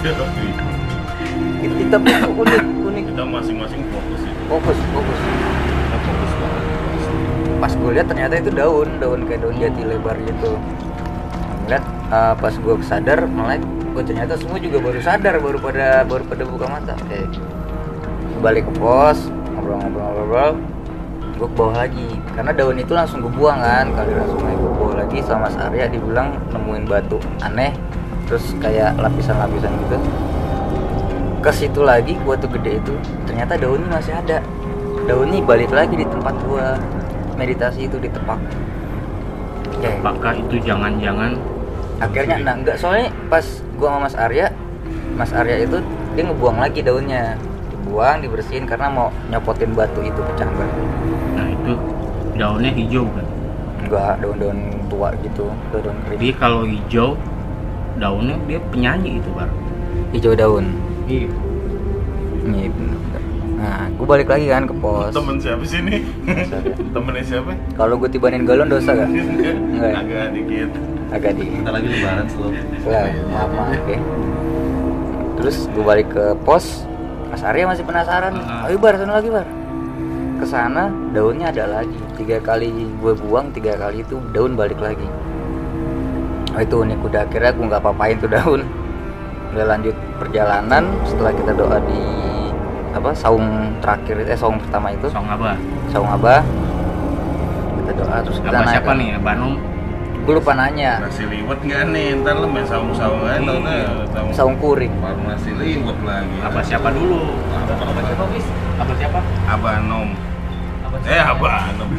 Itu itu tapi itu unik unik. Kita masing-masing fokus itu. Fokus fokus. Kita fokus banget. Pas gue lihat ternyata itu daun daun kayak daun jati lebar gitu. Ngeliat uh, pas gue sadar melek, gue ternyata semua juga baru sadar, baru pada baru pada buka mata. Oke, balik ke pos, ngobrol-ngobrol-ngobrol, gue ke bawah lagi karena daun itu langsung gue buang kan, kali langsung naik ke bawah lagi sama Mas Arya, dibilang nemuin batu aneh, terus kayak lapisan-lapisan gitu. Ke situ lagi, batu gede itu, ternyata daunnya masih ada. Daunnya balik lagi di tempat gue meditasi itu ditepak. Oke. Apakah itu jangan-jangan Akhirnya, nah enggak, soalnya pas gua sama Mas Arya, Mas Arya itu dia ngebuang lagi daunnya, dibuang, dibersihin karena mau nyopotin batu itu pecah banget. nah itu daunnya hijau kan? Enggak, daun-daun tua gitu, daun kering. Jadi kalau hijau daunnya dia penyanyi itu Bar. Hijau daun. Iya. Iya bener. Nah, gua balik lagi kan ke pos. Temen siapa sih nih? Temennya siapa? Kalau gua tibanin galon dosa gak? Enggak. ya? Agak dikit. Agak di. Bentar lagi lebaran slow. Lah, maaf maaf ya. Terus gue balik ke pos, Mas Arya masih penasaran. Uh-huh. Ayo Bar, sana lagi Bar. Kesana daunnya ada lagi. Tiga kali gue buang, tiga kali itu daun balik lagi. Oh itu unik, udah akhirnya gue nggak apa-apain tuh daun. Udah lanjut perjalanan setelah kita doa di apa saung terakhir eh saung pertama itu, Song Abah. saung Abah. Kita doa terus kita Abah naik. siapa nih? Abah Nom? Gue lupa nanya. Nasi liwet nggak nih? Ntar lu main saung-saung aja tau nggak? Saung kuring. Baru nasi liwet lagi. Abah siapa dulu? Abah siapa? Abah siapa? Abah Nom. Eh Abah Nom.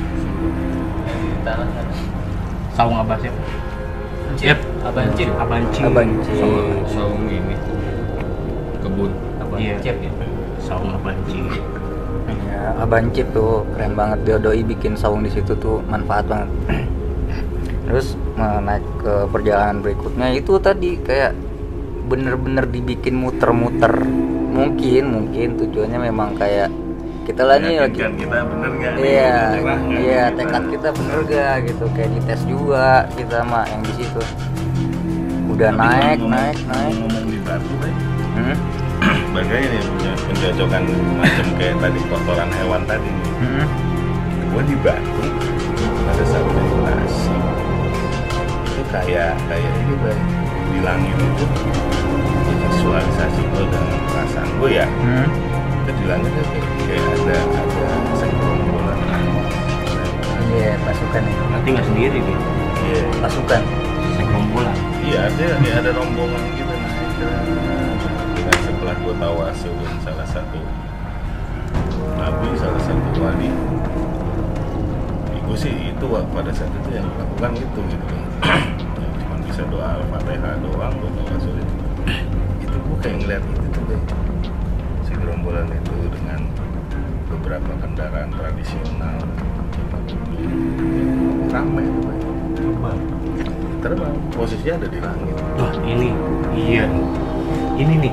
Saung Abah siapa? Cip. Abah Cip. Abah Cip. Abah Cip. Saung- Saung ini kebun. Iya. Cip ya. Saung Abah Cip. Ya, Abang Cip tuh keren banget, dia doi bikin saung di situ tuh manfaat banget. Terus naik ke perjalanan berikutnya itu tadi kayak bener-bener dibikin muter-muter. Mungkin mungkin tujuannya memang kayak kita lah nih lagi. Meyakinkan kita bener nggak nih? Iya, Cerah nggak iya nih tekad kita bener gak gitu, kayak dites juga kita mah yang di situ. Udah Tapi naik, ngomong- naik, naik. Ngomong di batu deh. Hmm? Bagaimana nih punya pencocokan macam kayak tadi kotoran hewan tadi nih. Hmm? Gua di batu pada saat meditasi itu kayak kayak ini Bay, di langit itu visualisasi gue dengan perasaan gue ya, Hmm? itu di langit itu kayak, kayak ada ada segerombolan Iya, pasukan nih. Nanti nggak sendiri dia. iya Pasukan. Segerombolan. iya ada kayak ada rombongan gitu naik dan setelah gue tawasul dengan salah satu nabi, salah satu wali, gue sih itu pada saat itu yang dilakukan itu gitu kan. Ya, cuma bisa doa al-fatihah doang gue tawasul itu itu gue kayak ngeliat itu tuh deh, si gerombolan itu dengan beberapa kendaraan tradisional ramai itu Bay. Terbang, posisinya ada di langit. Wah ini, iya, ini nih.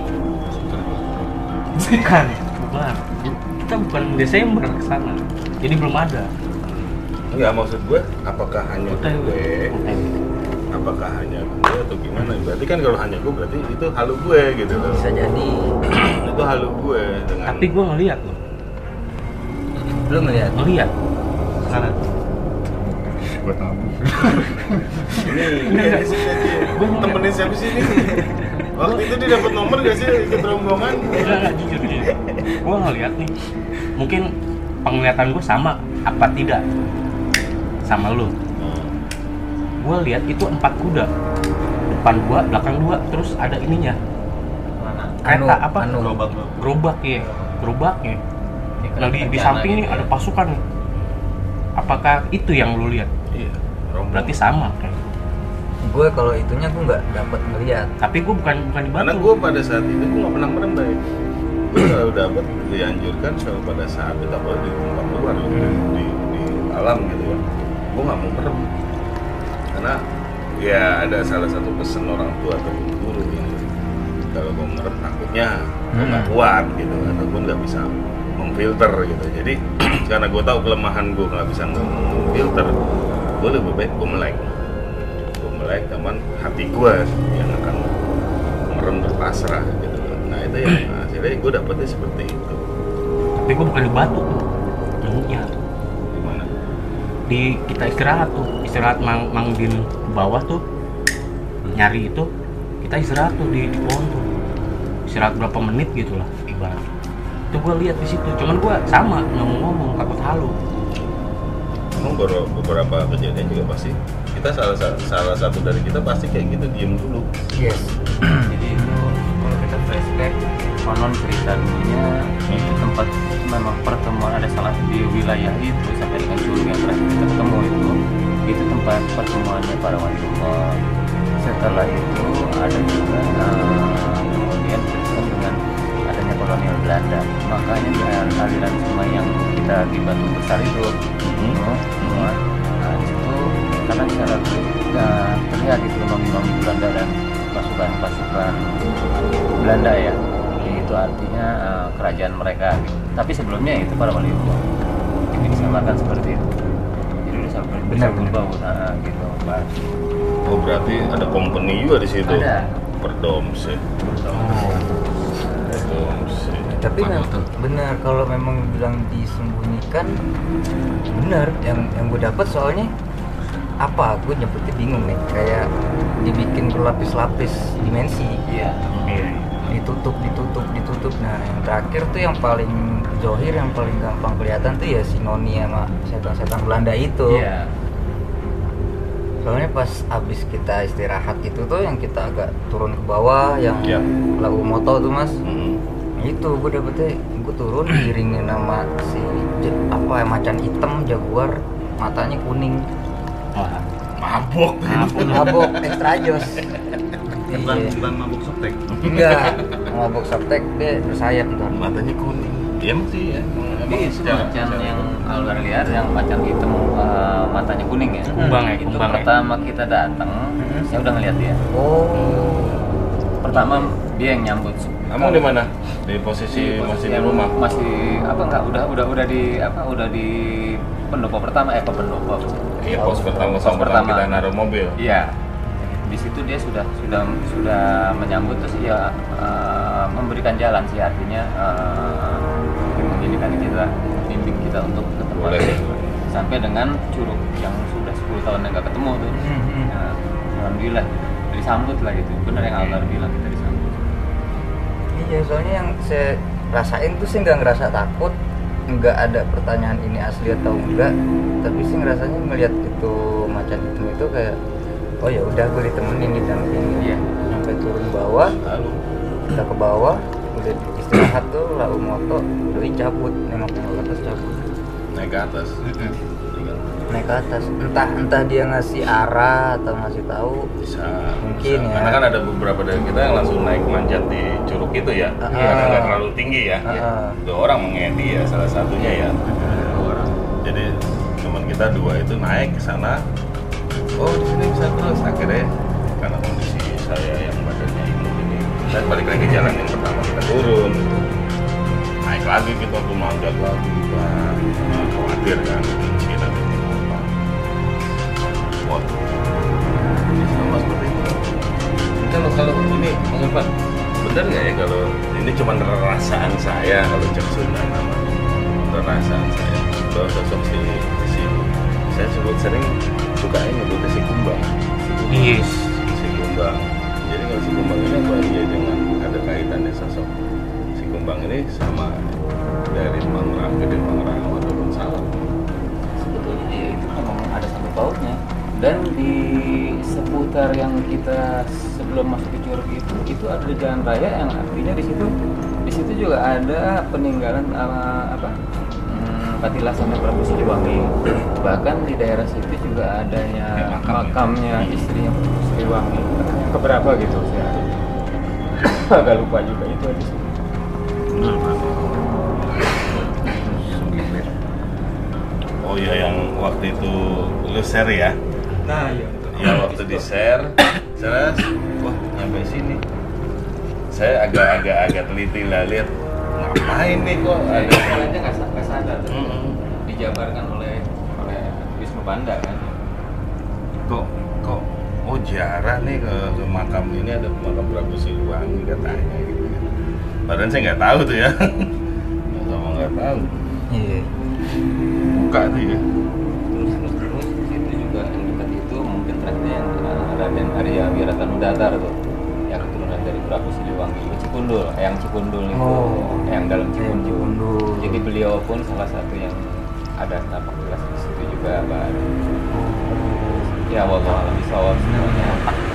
Bukan, bukan. Kita bukan Desember kesana, jadi belum ada. Enggak, maksud gue, apakah hanya Udah, gue, udah. apakah hanya gue atau gimana? Berarti kan kalau hanya gue, berarti itu halu gue gitu loh. Bisa jadi. Itu halu gue dengan. Tapi gue ngeliat loh, Belum melihat. ngeliat. Sana. gue tahu. Ini, ini ada sih temennya siapa sih ini? Waktu itu dia dapat nomor gak sih ikut rombongan? Enggak, enggak, jujur, jujur. Gue ngeliat nih, mungkin penglihatan gue sama apa tidak sama lu. Gue lihat itu empat kuda, depan dua, belakang dua, terus ada ininya. Mana? Kereta Anu, apa? anu. Gerobak lu. Gerobak ya, gerobaknya. Yang di, di samping nih ada pasukan nih. Apakah itu yang lu lihat? Iya. rombongan. Berarti sama kan? Gue kalau itunya gue nggak dapat ngeliat. Tapi gue bukan bukan di Karena Batu. gue pada saat itu gue nggak pernah merem baik. Gue selalu dapat dianjurkan selalu pada saat itu apa di tempat luar di, di, di alam gitu ya. Gue nggak mau merem karena ya ada salah satu pesan orang tua atau guru yang kalau gue merem takutnya gue nggak Hmm. kuat gitu ataupun nggak bisa memfilter gitu. Jadi karena gue tahu kelemahan gue nggak bisa memfilter, gue lebih baik gue melek. Gue melek, teman hati gue yang akan merem berpasrah gitu. Nah itu yang akhirnya gue dapetnya seperti itu. Tapi gue bukan di Batu tuh. Iya. Gimana? Di kita istirahat tuh, istirahat mang mangdin ke bawah tuh, nyari itu, kita istirahat tuh di, di pohon tuh. Istirahat berapa menit gitu lah ibarat. Itu gue lihat di situ. Cuman gue sama nggak mau ngomong, takut halu. Memang beberapa, beberapa kejadian juga pasti kita salah sa- salah satu dari kita pasti kayak gitu diem dulu. Yes. Jadi itu kalau kita flashback konon cerita dulunya itu tempat memang pertemuan ada salah di wilayah itu sampai dengan curug yang terakhir kita ketemu itu itu tempat pertemuannya para waliullah. Setelah itu ada juga uh, kemudian berkaitan dengan adanya kolonial Belanda, makanya dengan aliran sungai yang kita di Batu Besar itu hmm. semua nah itu karena secara uh, terlihat itu imam-imam Belanda dan pasukan-pasukan Belanda ya, itu artinya uh, kerajaan mereka gitu. Tapi sebelumnya itu para waliullah itu disamakan seperti itu, jadi udah sampai Benar, bisa benar. berbau nah, gitu Pak. Oh berarti ada company juga di situ. Ada. Perdomse. Perdomse. Tapi Apa mem- tuh? benar kalau memang bilang disembunyikan, benar. Yang yang gue dapat soalnya apa? Gue nyebutnya bingung nih. Kayak dibikin berlapis-lapis dimensi. Iya. Iya. Ditutup, ditutup, ditutup. Nah, yang terakhir tuh yang paling zohir, yang paling gampang kelihatan tuh ya si Noni sama setan-setan Belanda itu. Iya. Soalnya pas abis kita istirahat itu tuh yang kita agak turun ke bawah, yang Iya. Lau Moto tuh mas. Hmm. Itu gue dapetnya, gue turun diiringin sama si ja- apa ya, macan hitam jaguar, matanya kuning, Wah, Mabok. mabok extra jos. Bukan Iya. bukan mabuk softtek. Enggak, mabok saptek dia bersayap ntar. Matanya kuning. Dia sih ya. emang- Jadi emang itu secara- macan secara- yang alur liar yang macan hitam uh, matanya kuning ya. Kumbang ya, Itu kumbang ya. pertama kita datang, Mhm. saya udah ngeliat dia. Oh, Pertama dia yang nyambut. Kamu di mana? Di posisi masih di yang rumah. Masih apa enggak udah udah udah di apa udah di pendopo pertama eh apa pendopo. Iya pos pertama Pos sama pertama pertama. kita naruh mobil. Iya. Di situ dia sudah sudah sudah menyambut terus ya uh, memberikan jalan sih artinya uh, menginginkan kita bimbing kita untuk ke tempat Boleh. itu. Sampai dengan curug yang sudah sepuluh tahun nggak ketemu tuh. Mhm. Nah, alhamdulillah disambut lah gitu. Benar yang Algar bilang kita disambut. iya soalnya yang saya rasain tuh sih nggak ngerasa takut, nggak ada pertanyaan ini asli atau enggak, tapi sih ngerasanya ngelihat itu macan hitam itu kayak, oh ya udah gue ditemenin didampingin. Iya. Sampai turun bawah, Lalu kita ke bawah, udah istirahat tuh, Lau Moto, doi cabut, nengok ke atas cabut. naik ke atas. Tinggal Naik ke atas, entah entah dia ngasih arah atau ngasih tahu. bisa. Mungkin bisa. ya. Karena kan ada beberapa dari kita yang langsung naik manjat di curug itu ya. Ah. Karena nggak terlalu tinggi ya. Ah. Dua orang mengedi ya salah satunya ya. Dua orang. Jadi teman kita dua itu naik ke sana. Oh di sini bisa terus akhirnya karena kondisi saya yang badannya ini ini saya balik lagi jalan yang pertama kita turun naik lagi kita tuh manjat lagi nah, nah, khawatir kan kita apa wah ini sama seperti itu ini kalau kalau ini Bang Irfan benar nggak ya kalau ini cuma perasaan saya kalau cek Sunda nama perasaan saya bahwa sosok si si saya sebut sering sukanya nyebutnya si Kumbang yes. si Kumbang jadi kalau si Kumbang ini apa ya dengan ada kaitannya sosok si Kumbang ini sama dari Pangrango, Gede Pangrango atau salah. Sebetulnya ya itu memang ada sangkut pautnya. Dan di seputar yang kita sebelum masuk ke Curug itu, itu ada jalan raya yang artinya di situ, di situ juga ada peninggalan uh, apa? Hmm, Patilasannya Prabu Siliwangi. Bahkan di daerah situ juga adanya Ya, makam. makamnya istrinya Prabu Siliwangi. Keberapa gitu saya agak lupa juga itu ada sih. Benar Pak. Oh iya, yang waktu itu lu share ya? Nah iya. Ya waktu di share, saya wah nyampe sini. Saya agak-agak agak teliti lah lihat ngapain nih kok ada. Aja nggak sa- nggak sadar tuh. Mm-mm. Dijabarkan oleh oleh Wisnu Banda kan. Kok kok oh jarah nih ke, ke makam ini ada makam Prabu Siliwangi katanya gitu. Padahal saya nggak tahu tuh ya. Sama nggak tahu. Iya. Buka tuh ya. Terus terus terus itu juga yang dekat itu mungkin treknya yang uh, Raden Arya Wiratanudatar tuh, yang keturunan dari Prabu Siliwangi, Cikundul, yang Cikundul itu, Oh. yang dalam Cikundul. Cikundul. Jadi beliau pun salah satu yang ada tapak jelas di situ juga, Mbak. Ya wallahu a'lam bishawab semuanya.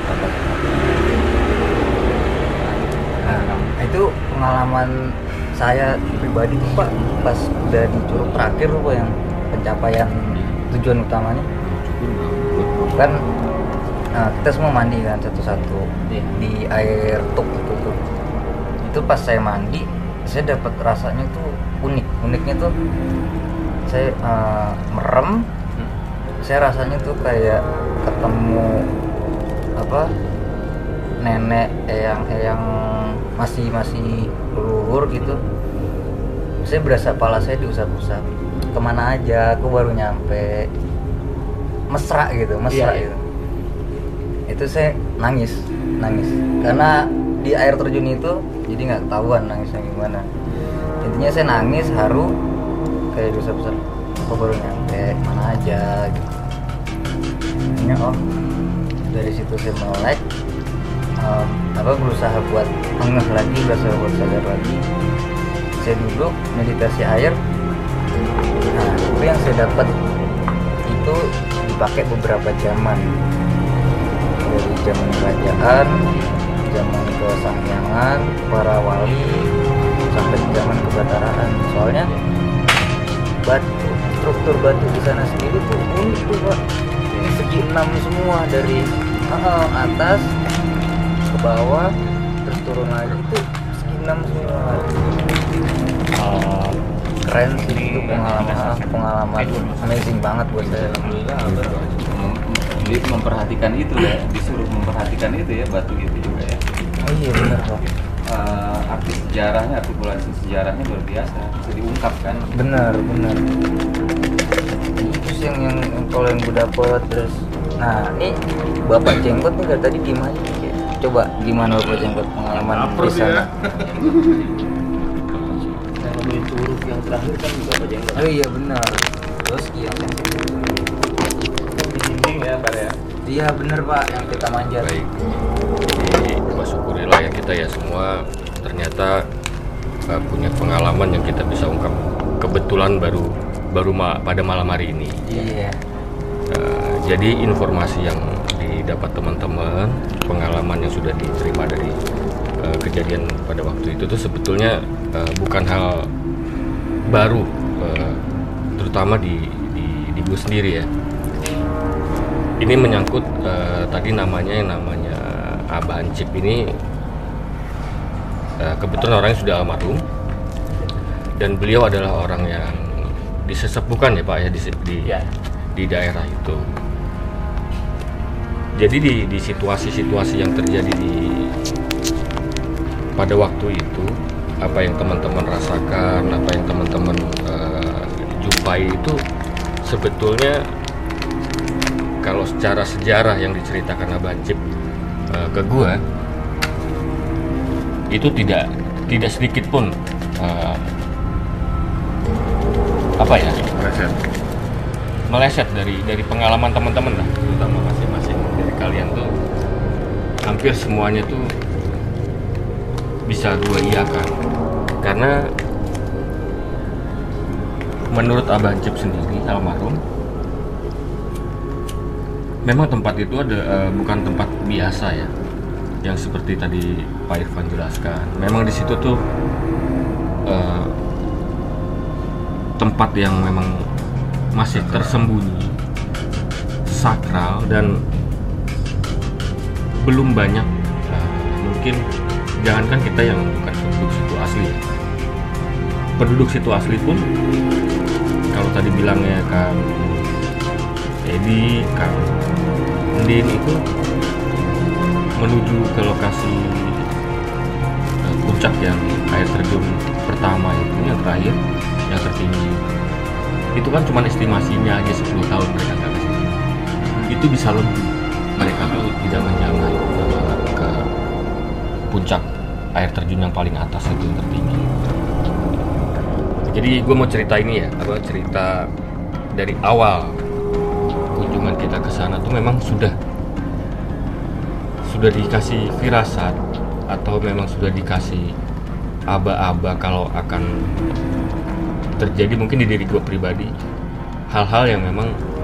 Nah, itu pengalaman saya pribadi tuh Pak, pas udah di Curug terakhir tuh Pak, yang pencapaian tujuan utamanya kan, nah, kita semua mandi kan satu-satu Iya. di air tuk itu tuh. Itu pas saya mandi, saya dapat rasanya tuh unik. Uniknya tuh saya uh, merem, saya rasanya tuh kayak ketemu apa nenek eyang eyang masih masih leluhur gitu. Saya berasa kepala saya diusap-usap, kemana aja aku baru nyampe, mesra gitu, mesra Iya, iya. gitu. Itu saya nangis nangis karena di air terjun itu jadi nggak ketahuan nangisnya gimana. Intinya saya nangis haru kayak diusap-usap, aku baru nyampe, mana aja gitu. Ini oh dari situ saya melek, um, apa berusaha buat ngeh lagi, berusaha buat sadar lagi. Saya duduk meditasi air. Nah itu yang saya dapat itu dipakai beberapa zaman, dari zaman kerajaan, zaman kesangyangan, para wali, sampai zaman kebataraan. Soalnya batu, struktur batu di sana sendiri tuh unik tuh Pak, segi enam semua, dari uh, atas ke bawah terus turun lagi tuh segi enam semua. Uh, keren sih itu, pengalaman pengalaman amazing banget buat saya. Alhamdulillah Abah mem- mem- memperhatikan itu ya, disuruh memperhatikan itu ya, batu itu juga ya. Oh iya benar Pak, Uh, arti sejarahnya, artikulasi sejarahnya luar biasa, bisa diungkapkan. benar benar. Terus yang yang yang- kalau yang gue dapet terus, nah ini Bapak Jenggot nih dari tadi gimana? Coba gimana Bapak Jenggot pengalaman Lapar di sana? dia. Yang ngomongin Curug yang terakhir kan juga Bapak Jenggot. Oh iya benar. Terus yang Di dinding ya, Mbak ya. iya benar Pak, yang kita manjat. Baik, jadi bersyukurilah ya kita ya semua ternyata uh, punya pengalaman yang kita bisa ungkap. Kebetulan baru baru ma- pada malam hari ini. Iya. Uh, jadi informasi yang didapat teman-teman, pengalaman yang sudah diterima dari uh, kejadian pada waktu itu tuh sebetulnya uh, bukan hal baru, uh, terutama di di di gue sendiri ya. Ini menyangkut uh, tadi namanya yang namanya Abah Hancip ini, uh, kebetulan orangnya sudah almarhum dan beliau adalah orang yang disesepukan ya Pak ya di di, Ya. di daerah itu. Jadi di di situasi-situasi yang terjadi di pada waktu itu, apa yang teman-teman rasakan, apa yang teman-teman uh, jumpai itu sebetulnya kalau secara sejarah yang diceritakan Abah Hancip uh, ke gua itu tidak tidak sedikit pun uh, apa ya Meleset. meleset dari dari pengalaman teman-teman lah, terutama masing-masing dari kalian tuh hampir semuanya tuh bisa gua iakan karena menurut Abah Cip sendiri almarhum, memang tempat itu ada uh, bukan tempat biasa ya, yang seperti tadi Pak Irfan jelaskan. Memang di situ tuh uh, tempat yang memang masih tersembunyi, sakral, dan belum banyak uh, mungkin jangankan kita yang bukan penduduk situ asli ya. Penduduk situ asli pun kalau tadi bilangnya Kang Edi, Kang Ndin itu menuju ke lokasi uh, puncak yang air terjun pertama itu, yang terakhir, yang tertinggi, itu kan cuma estimasinya aja sepuluh tahun mereka nggak ke situ. Itu bisa lebih, mereka tuh tidak menjangan uh, ke puncak air terjun yang paling atas itu, yang tertinggi. Jadi gue mau cerita ini ya, apa cerita dari awal kunjungan kita ke sana tuh memang sudah sudah dikasih firasat atau memang sudah dikasih aba-aba kalau akan terjadi mungkin di diri gue pribadi hal-hal yang memang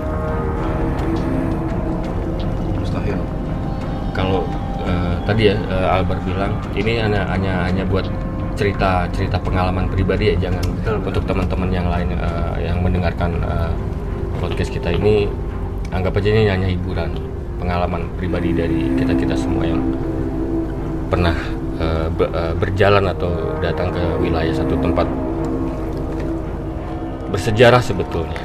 mustahil. Kalau uh, tadi ya uh, Albert bilang ini hanya hanya hanya buat cerita cerita pengalaman pribadi ya, jangan betul, betul. Untuk teman-teman yang lain uh, yang mendengarkan uh, podcast kita ini, anggap aja ini hanya hiburan, pengalaman pribadi dari kita kita semua yang pernah uh, be, uh, berjalan atau datang ke wilayah satu tempat bersejarah sebetulnya.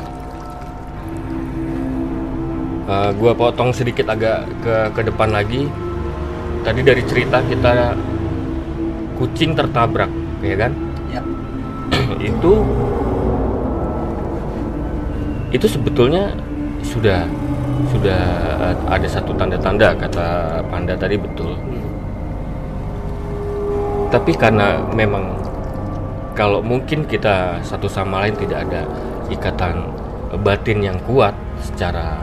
Uh, gua potong sedikit agak ke ke depan lagi. Tadi dari cerita kita kucing tertabrak, ya kan? Ya. itu itu sebetulnya sudah sudah ada satu tanda-tanda, kata Panda tadi betul. Tapi karena memang kalau mungkin kita satu sama lain tidak ada ikatan batin yang kuat secara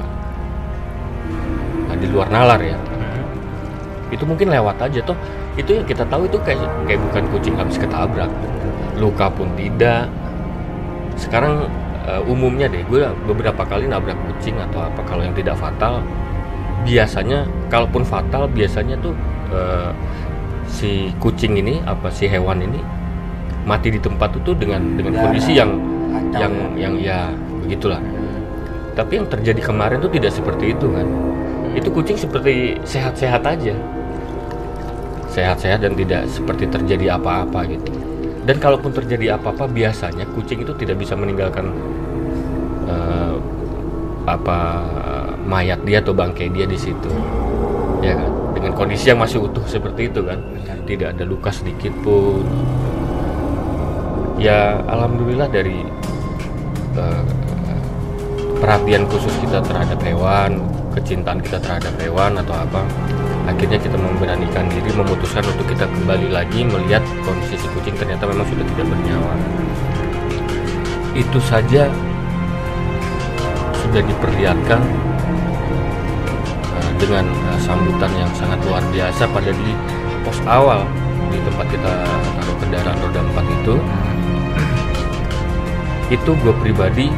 di luar nalar ya, itu mungkin lewat aja toh. Itu yang kita tahu itu kayak kayak bukan kucing habis ketabrak, luka pun tidak. Sekarang uh, umumnya deh, gue beberapa kali nabrak kucing atau apa, kalau yang tidak fatal, biasanya kalaupun fatal biasanya tuh uh, si kucing ini apa si hewan ini mati di tempat itu dengan dengan ya, kondisi yang yang ya. yang ya begitulah. Tapi yang terjadi kemarin tuh tidak seperti itu kan. Itu kucing seperti sehat-sehat aja. Sehat-sehat dan tidak seperti terjadi apa-apa gitu. Dan kalaupun terjadi apa-apa, biasanya kucing itu tidak bisa meninggalkan uh, apa mayat dia atau bangkai dia di situ, ya kan? Dengan kondisi yang masih utuh seperti itu kan, tidak ada luka sedikit pun. Ya alhamdulillah dari uh, perhatian khusus kita terhadap hewan, kecintaan kita terhadap hewan atau apa, akhirnya kita memberanikan diri memutuskan untuk kita kembali lagi melihat kondisi si kucing ternyata memang sudah tidak bernyawa. Itu saja sudah diperlihatkan uh, dengan uh, sambutan yang sangat luar biasa pada di pos awal di tempat kita taruh kendaraan roda empat itu. Itu gue pribadi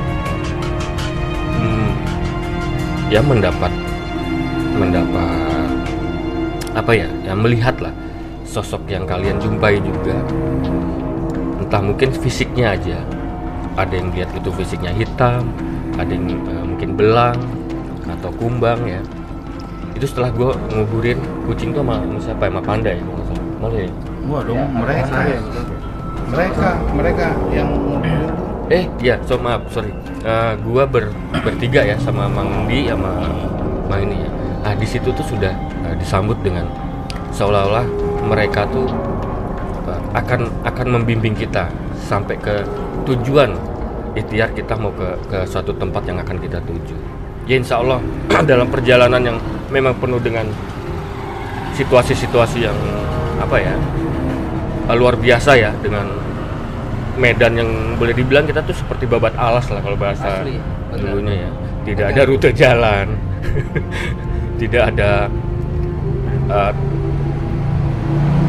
hmm, ya mendapat mendapat apa ya, ya melihatlah sosok yang kalian jumpai juga. Entah mungkin fisiknya aja, ada yang lihat itu fisiknya hitam, ada yang uh, mungkin belang atau kumbang ya. Itu setelah gue nguburin kucing tuh sama siapa, sama Panda ya, malah ya. Wah dong, ya, mereka ya. mereka mereka yang eh ya so maaf sorry uh, gue ber, bertiga ya sama Mang Di sama Mang ini ya. Nah di situ tuh sudah uh, disambut dengan seolah-olah mereka tuh uh, akan akan membimbing kita sampai ke tujuan ikhtiar kita mau ke ke suatu tempat yang akan kita tuju. Ya insya Allah dalam perjalanan yang memang penuh dengan situasi-situasi yang apa ya luar biasa ya, dengan medan yang boleh dibilang kita tuh seperti babat alas lah kalau bahasa Asli, dulunya ya. Tidak ada rute jalan, tidak ada uh,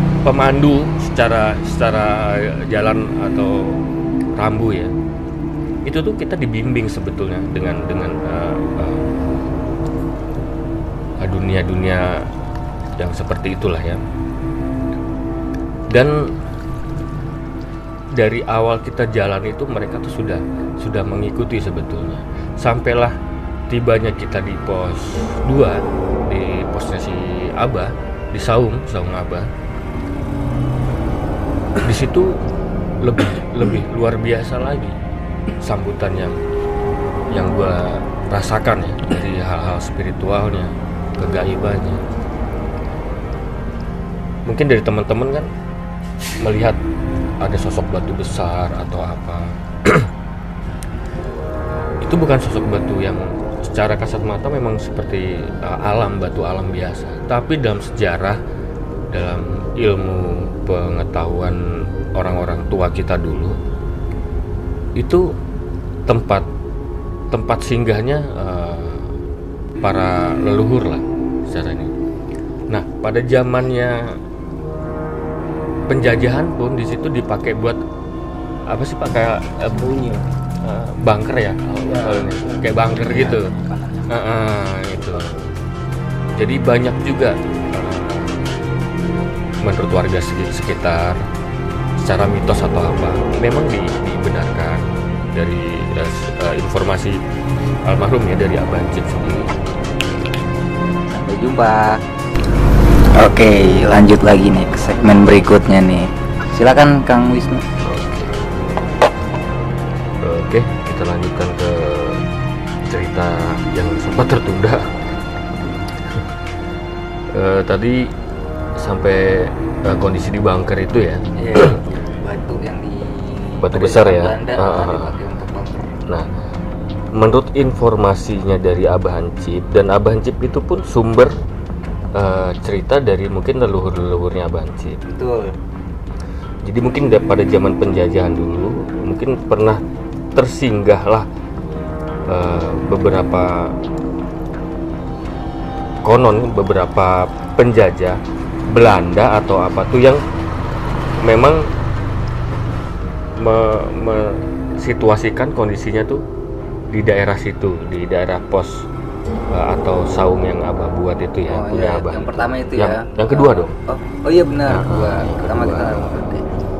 pemandu secara secara jalan atau rambu ya. itu tuh kita dibimbing sebetulnya dengan dengan uh, uh, dunia-dunia yang seperti itulah ya. Dan dari awal kita jalan itu mereka tuh sudah sudah mengikuti sebetulnya. Sampailah tibanya kita di pos dua, di posnya si Abah, di Saung, Saung Abah. Di situ lebih lebih luar biasa lagi sambutan yang yang gue rasakan ya, dari hal-hal spiritualnya, kegaibannya. Mungkin dari teman-teman kan melihat ada sosok batu besar atau apa. Itu bukan sosok batu yang secara kasat mata memang seperti uh, alam, batu alam biasa, tapi dalam sejarah, dalam ilmu pengetahuan orang-orang tua kita dulu, itu tempat tempat singgahnya uh, para leluhur lah secara ini. Nah, pada zamannya penjajahan pun di situ dipakai buat apa sih, pakai uh, bunyi uh, bunker ya, ya ini. Kayak bunker ya, gitu. Uh, uh, itu. Jadi banyak juga uh, menurut warga sekitar secara mitos atau apa memang di, dibenarkan dari uh, informasi almarhum ya, dari Abah Hansip sendiri. Sampai jumpa. Oke, lanjut lagi nih ke segmen berikutnya nih. Silakan Kang Wisnu. Oke, kita lanjutkan ke cerita yang sempat tertunda. uh, tadi sampai uh, kondisi di bunker itu ya. Iya, batu yang di batu besar ya. Belanda, uh, dipakai untuk bunker. Nah, menurut informasinya dari Abah Hansip, dan Abah Hansip itu pun sumber uh, cerita dari mungkin leluhur-leluhurnya Abah Hansip. Betul. Jadi mungkin pada zaman penjajahan dulu mungkin pernah tersinggahlah uh, beberapa konon beberapa penjajah Belanda atau apa tuh yang memang me- mesituasikan kondisinya tuh di daerah situ, di daerah pos uh, atau saung yang Abah buat itu ya, Oh, punya iya, Abah. yang pertama itu yang, ya. Yang kedua oh, dong. Oh, oh iya benar, Nah, kedua. yang Pertama kedua. kita oke.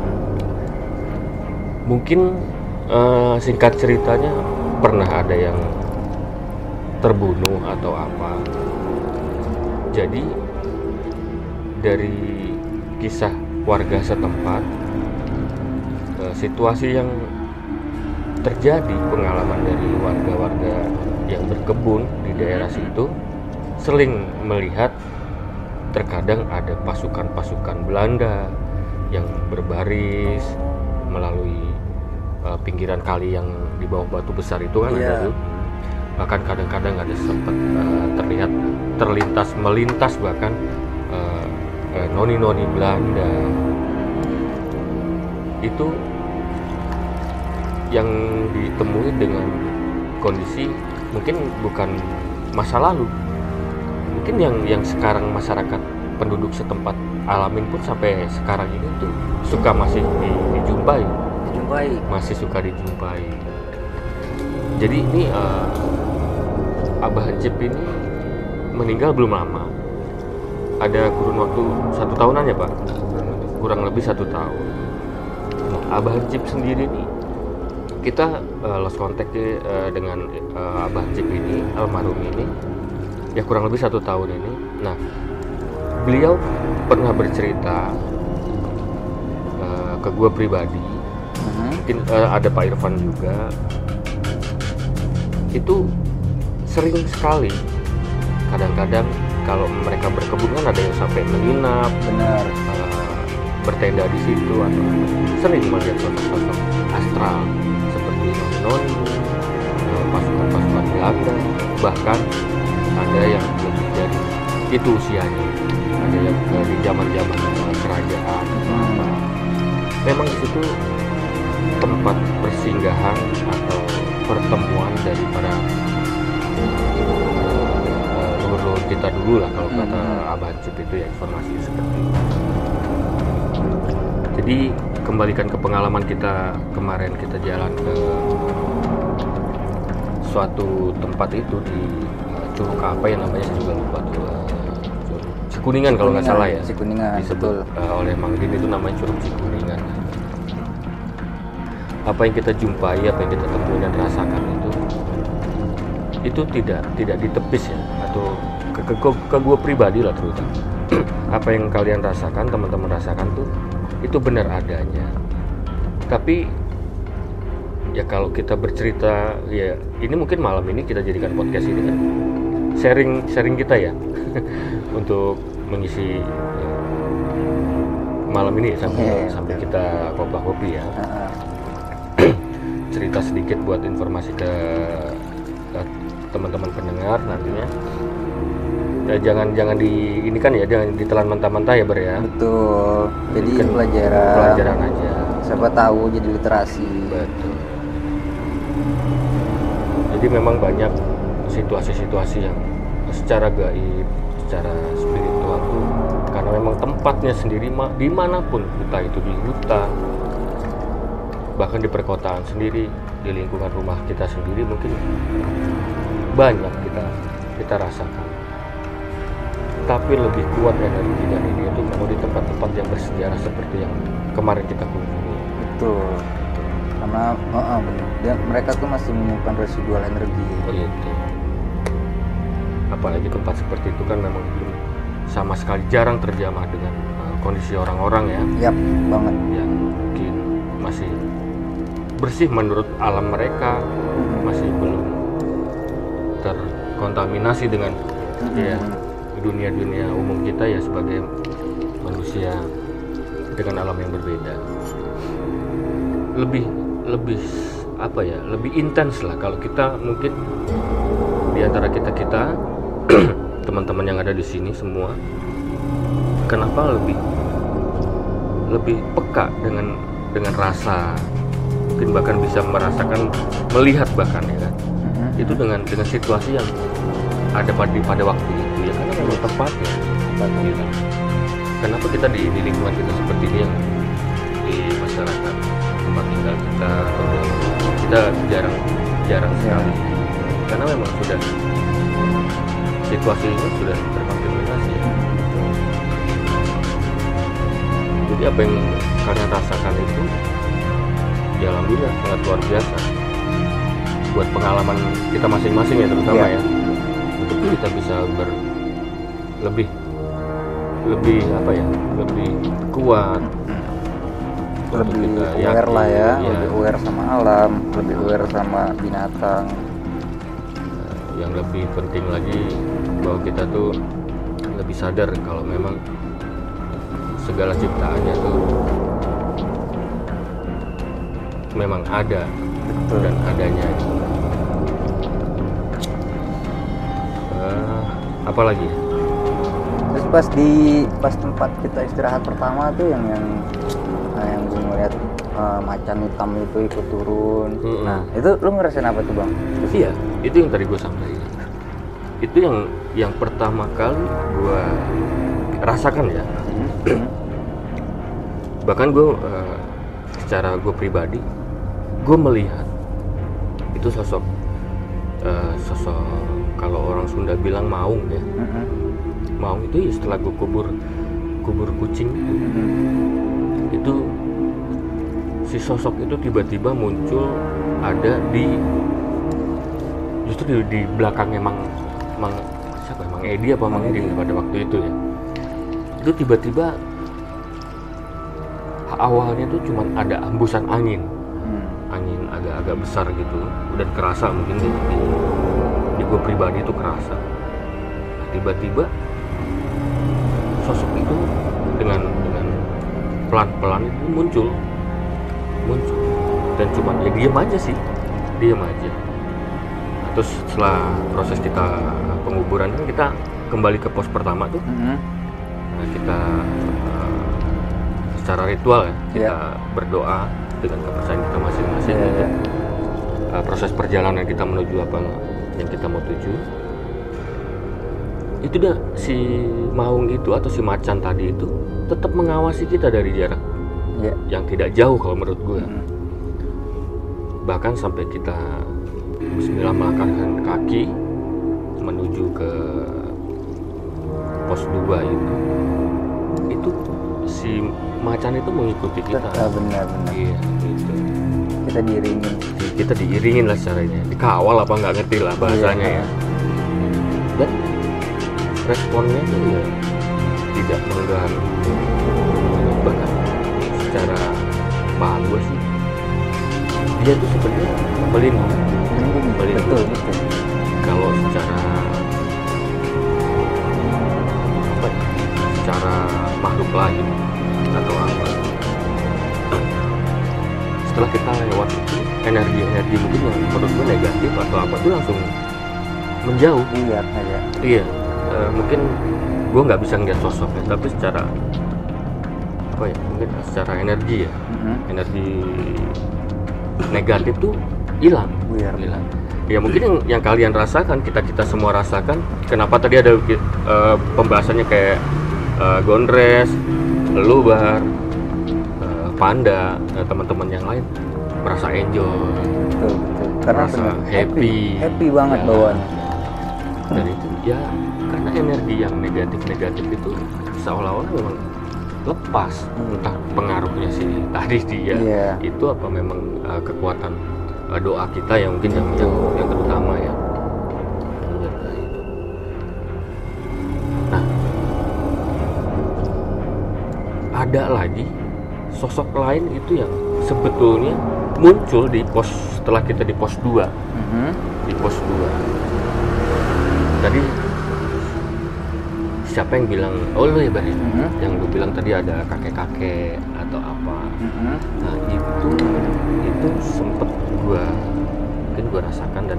Mungkin uh, singkat ceritanya pernah ada yang terbunuh atau apa. Jadi dari kisah warga setempat, uh, situasi yang terjadi, pengalaman dari warga-warga yang berkebun di daerah situ sering melihat terkadang ada pasukan-pasukan Belanda yang berbaris melalui uh, pinggiran kali yang di bawah batu besar itu kan. Iya. Ada tuh. Bahkan kadang-kadang ada sempat uh, terlihat terlintas melintas bahkan uh, uh, noni-noni Belanda. Itu yang ditemui dengan kondisi mungkin bukan masa lalu, mungkin yang yang sekarang masyarakat penduduk setempat alamin pun sampai sekarang ini tuh suka masih di, dijumpai, Dijumpai. masih suka dijumpai. Jadi ini uh, Abah Hansip ini meninggal belum lama, ada kurun waktu satu tahunan ya Pak, kurang lebih satu tahun. Nah, Abah Hansip sendiri nih kita uh, lost contact uh, dengan uh, Abah Hansip ini, almarhum ini ya kurang lebih satu tahun ini. Nah, beliau pernah bercerita uh, ke gue pribadi, Mhm. mungkin uh, ada Pak Irfan juga, itu sering sekali kadang-kadang kalau mereka berkebun kan ada yang sampai menginap, Benar. uh, bertenda di situ, atau sering melihat sosok-sosok astral seperti noni-noni, uh, pasukan-pasukan Belanda, bahkan ada yang lebih dari itu usianya, ada yang dari zaman-zaman uh, kerajaan atau apa. Memang di situ tempat persinggahan atau pertemuan dari para uh, leluhur kita dulu lah kalau kata Hmm. Abah Hansip itu ya, informasi seperti itu. Jadi kembalikan ke pengalaman kita kemarin, kita jalan ke suatu tempat itu di uh, Curug apa ya namanya, saya juga lupa tuh, uh, Curug Cikuningan kalau nggak salah ya, Cikuningan, disebut betul. uh, oleh Mang Din itu namanya Curug Cikuningan. Apa yang kita jumpai, apa yang kita temui dan rasakan itu itu tidak tidak ditepis ya, atau ke, ke, ke, ke gue pribadi lah terutama. Apa yang kalian rasakan, teman-teman rasakan tuh itu benar adanya. Tapi ya kalau kita bercerita, ya ini mungkin malam ini kita jadikan podcast ini kan sharing sharing kita ya untuk mengisi uh, malam ini sambil Yeah, sambil betul. kita kopi-kopi ya. Heeh. Cerita sedikit buat informasi ke, ke teman-teman pendengar nantinya. Ya, jangan jangan di ini kan ya, jangan ditelan mentah-mentah ya Ber ya. Betul. Jadi Kan pelajaran. pelajaran aja. Siapa tahu jadi literasi. Betul. Jadi memang banyak situasi-situasi yang secara gaib, secara spiritual tuh, karena memang tempatnya sendiri ma- dimanapun, entah itu di hutan, bahkan di perkotaan sendiri, di lingkungan rumah kita sendiri mungkin banyak kita kita rasakan. Tapi lebih kuat energi dari dia itu memang di tempat-tempat yang bersejarah seperti yang kemarin kita kunjungi. Betul. Karena oh, oh, benar. Dia, mereka tuh masih menyimpan residual energi. Gitu. Apalagi tempat seperti itu kan memang belum sama sekali jarang terjamah dengan uh, kondisi orang-orang ya, Yap, banget. yang mungkin masih bersih menurut alam mereka, masih belum terkontaminasi dengan ya dunia-dunia umum kita ya sebagai manusia dengan alam yang berbeda. Lebih lebih apa ya, lebih intens lah kalau kita mungkin di antara kita-kita teman-teman yang ada di sini semua, kenapa lebih lebih peka dengan dengan rasa, mungkin bahkan bisa merasakan, melihat bahkan ya kan, itu dengan dengan situasi yang ada pada pada waktu itu ya, karena memang tempatnya tempat gitu. Kenapa kita di, di lingkungan kita seperti ini, yang di masyarakat tempat tinggal kita atau kita jarang jarang sekali, karena memang sudah situasi ini sudah terkontaminasi. Jadi apa yang kalian rasakan itu ya alhamdulillah sangat luar biasa buat pengalaman kita masing-masing ya, terutama Iya. ya, untuk kita bisa ber lebih lebih apa ya, lebih kuat, untuk Lebih kita aware yakin, lah ya, ya, lebih aware sama alam, lebih aware sama binatang. yang lebih penting lagi bahwa kita tuh lebih sadar kalau memang segala ciptaannya tuh memang ada dan adanya. Uh, apa lagi? Terus pas di pas tempat kita istirahat pertama tuh yang yang nah, yang gue ngeliat uh, macan hitam itu ikut turun. Mm-mm. Nah itu lu ngerasain apa tuh bang? Iya, itu yang tadi gue sampaikan. Itu yang yang pertama kali gue rasakan ya. Bahkan gue uh, secara gue pribadi, gue melihat itu sosok uh, sosok kalau orang Sunda bilang maung ya. Mm-mm. Maung itu ya setelah gue kubur kubur kucing itu, itu si sosok itu tiba-tiba muncul ada di justru di, di belakangnya Mang Mang siapa Mang Edi apa Mang Edi pada waktu itu ya. Itu tiba-tiba awalnya tuh cuman ada hembusan angin, Hmm. angin agak-agak besar gitu, udah kerasa mungkin di, di, di gue pribadi itu kerasa. Nah, tiba-tiba sosok itu dengan dengan pelan-pelan itu muncul muncul dan cuman ya diam aja sih, diam aja. Nah, terus setelah proses kita penguburan kan kita kembali ke pos pertama tuh. Mm-hmm. Nah, kita uh, secara ritual ya, kita Yeah. berdoa dengan kepercayaan kita masing-masing Yeah, untuk yeah. uh, proses perjalanan kita menuju apa yang kita mau tuju. Itu dah si maung itu atau si macan tadi itu tetap mengawasi kita dari jarak Yeah. yang tidak jauh kalau menurut gue. Mm. Bahkan sampai kita Bismillah melangkahkan kaki menuju ke pos dua itu, itu si macan itu mengikuti kita. Ah, benar benar. Iya, gitu. Kita diiringin. Di- kita diiringin lah caranya, dikawal apa nggak ngerti lah bahasanya Iya. ya. Dan responnya itu ya tidak mengganggu, bahkan secara paham gue sih dia tuh sebenarnya melindungi. Melindungi. Betul betul. Kalau secara apa ya, secara makhluk lain atau apa, setelah kita lewat itu energi-energi mungkin yang menurut gue negatif atau apa tuh langsung menjauh. Lihat aja. Iya, eh, mungkin gue nggak bisa ngeliat sosoknya, tapi secara apa ya, mungkin secara energi ya, Mhm. energi negatif tuh hilang, Buyar. hilang. Ya mungkin yang, yang kalian rasakan, kita kita semua rasakan. Kenapa tadi ada eh, pembahasannya kayak eh, Gondres, lu Bar, eh, Panda, eh, teman-teman yang lain merasa enjoy, Betul betul. Karena merasa benar, happy, happy banget Ya. bawaannya. dan itu ya karena energi yang negatif-negatif itu seolah-olah memang lepas, entah pengaruhnya si tadi dia Iya. itu apa memang uh, kekuatan uh, doa kita yang mungkin yang, yang yang terutama ya. Nah, ada lagi sosok lain itu yang sebetulnya muncul di pos setelah kita di pos dua. Mhm. Di pos dua tadi siapa yang bilang, oh lu ya Bang, Mhm. yang lu bilang tadi ada kakek-kakek atau apa. Mhm. Nah itu itu sempet gua mungkin gua rasakan dan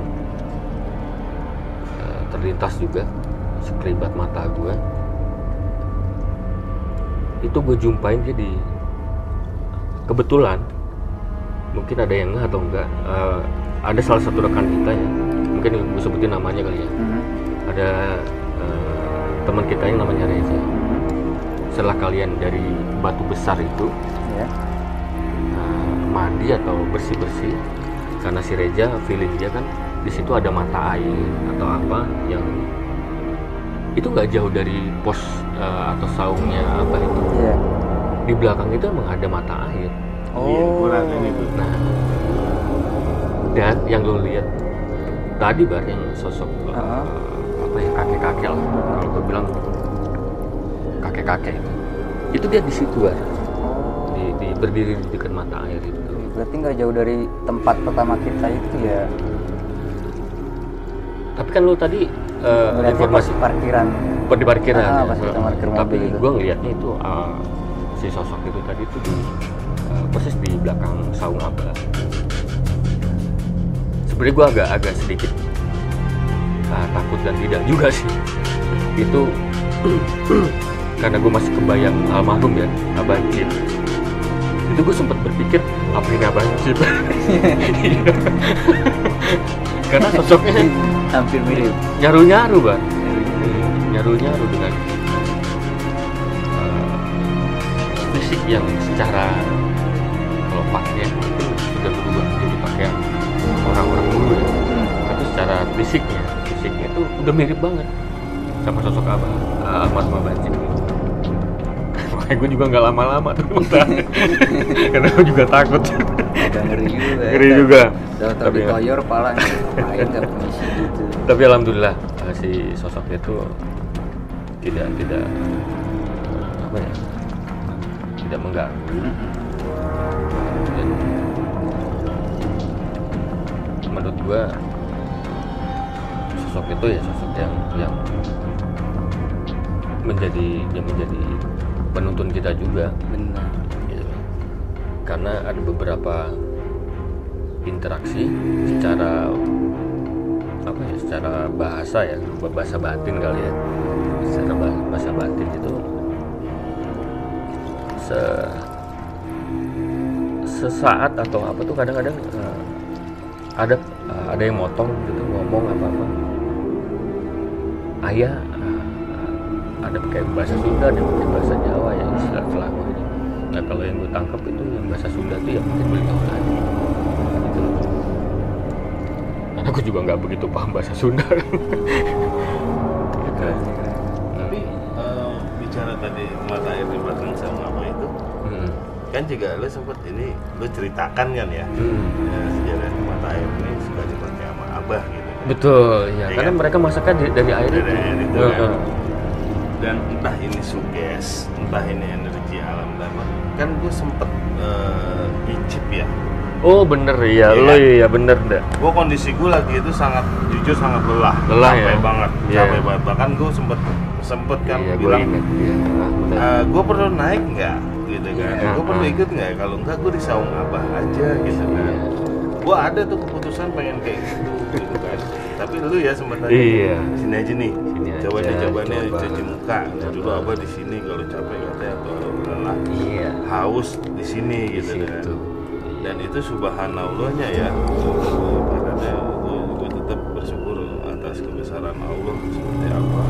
eh, terlintas juga sekelibat mata gua. Itu gue jumpain dia di, kebetulan mungkin ada yang nggak atau enggak, eh, ada salah satu rekan kita ya, mungkin gue sebutin namanya kali ya. Mhm. Ada eh, teman kita yang namanya Reza. Setelah kalian dari batu besar itu Ya. eh, mandi atau bersih bersih, karena si Reza feeling dia kan di situ ada mata air atau apa yang itu nggak jauh dari pos eh, atau saungnya apa itu. Iya. Di belakang itu emang ada mata air. Iya, gue rasain itu. Nah, dan yang lo lihat tadi Bar, yang sosok eh, Uh-huh. apa ya, kakek-kakek lah, kalau gue bilang kakek-kakek itu, itu dia di situ Bar, di, di berdiri di dekat mata air itu. Berarti nggak jauh dari tempat pertama kita itu ya. Tapi kan lo tadi eh, Ngeliatnya informasi pas parkiran. per di parkiran Ah, ya. pas kita parkir Tapi mobil itu. gue ngelihatnya itu eh, si sosok itu tadi itu di eh, persis di belakang saung abah. Sebenarnya gue agak agak sedikit ah, takut dan tidak juga sih. Itu karena gue masih kebayang almarhum ya, Abang Cip. Itu gue sempat berpikir apa ini Abang Cip. Karena sosoknya Hampir mirip. nyaru-nyaru Bang, nyaru-nyaru dengan uh, fisik yang secara kalau pakaian mungkin sudah berubah jadi pakaian orang-orang dulu ya, tapi secara fisiknya fisiknya itu udah mirip banget sama sosok abah uh, almarhum Abah Cip. Makanya gue juga nggak lama-lama tuh karena gue juga takut. Agak ngeri juga. Ngeri juga. Udah tahu Tapi ya. ditoyor palanya. Main nggak permisi gitu. Tapi alhamdulillah uh, si sosoknya itu tidak tidak uh, apa ya, tidak mengganggu. Dan menurut gua sosok itu ya sosok yang yang menjadi yang menjadi penuntun kita juga. Benar. Gitu. Karena ada beberapa interaksi secara apa ya, secara bahasa ya, bahasa batin kali ya, secara bah- bahasa batin itu se sesaat atau apa tuh kadang-kadang eh, ada eh, ada yang motong gitu ngomong apa-apa, ayah eh, ada pakai bahasa Sunda, ada pakai bahasa Jawa ya, istilah selamanya. Nah kalau yang gue tangkap itu yang bahasa Sunda tuh ya mungkin beliau tadi gitu. Karena aku juga nggak begitu paham bahasa Sunda. Gitu. Tapi eh, bicara tadi mata air di belakang sama apa itu, Hmm. kan juga lu sempet ini lu ceritakan kan ya, Hmm. ya sejarah mata air ini suka dipakai sama abah gitu. Betul, ya, Iya karena kan? mereka masaknya di- dari air Dari itu. air itu Heeh. kan. Dan entah ini suges, entah ini energi alam dan apa. Kan gue sempet uh, icip ya. Oh bener ya, Iya lo kan? ya bener dah. Gue kondisi gue lagi itu sangat jujur sangat lelah, Lelah capek ya? banget, Iya. capek banget. Bahkan gue sempet sempet kan Iya, gue bilang, ingat. Iya, bener. gue perlu naik nggak, gitu kan? Iya. Gue perlu Ah. ikut nggak? Kalau enggak gue di saung abah aja, gitu kan? Iya. Gue ada tuh keputusan pengen kayak gitu, gitu kan? Tapi lu ya sempet tanya, Iya. sini aja nih, Sini coba aja, deh coba nih coba. cuci muka. Nah, dulu abah di sini kalau capek katanya atau lelah, Iya. haus di sini, Di gitu kan? situ. Dan itu subhanallahnya ya, ibaratnya gue, gue tetap bersyukur atas kebesaran Allah seperti apa.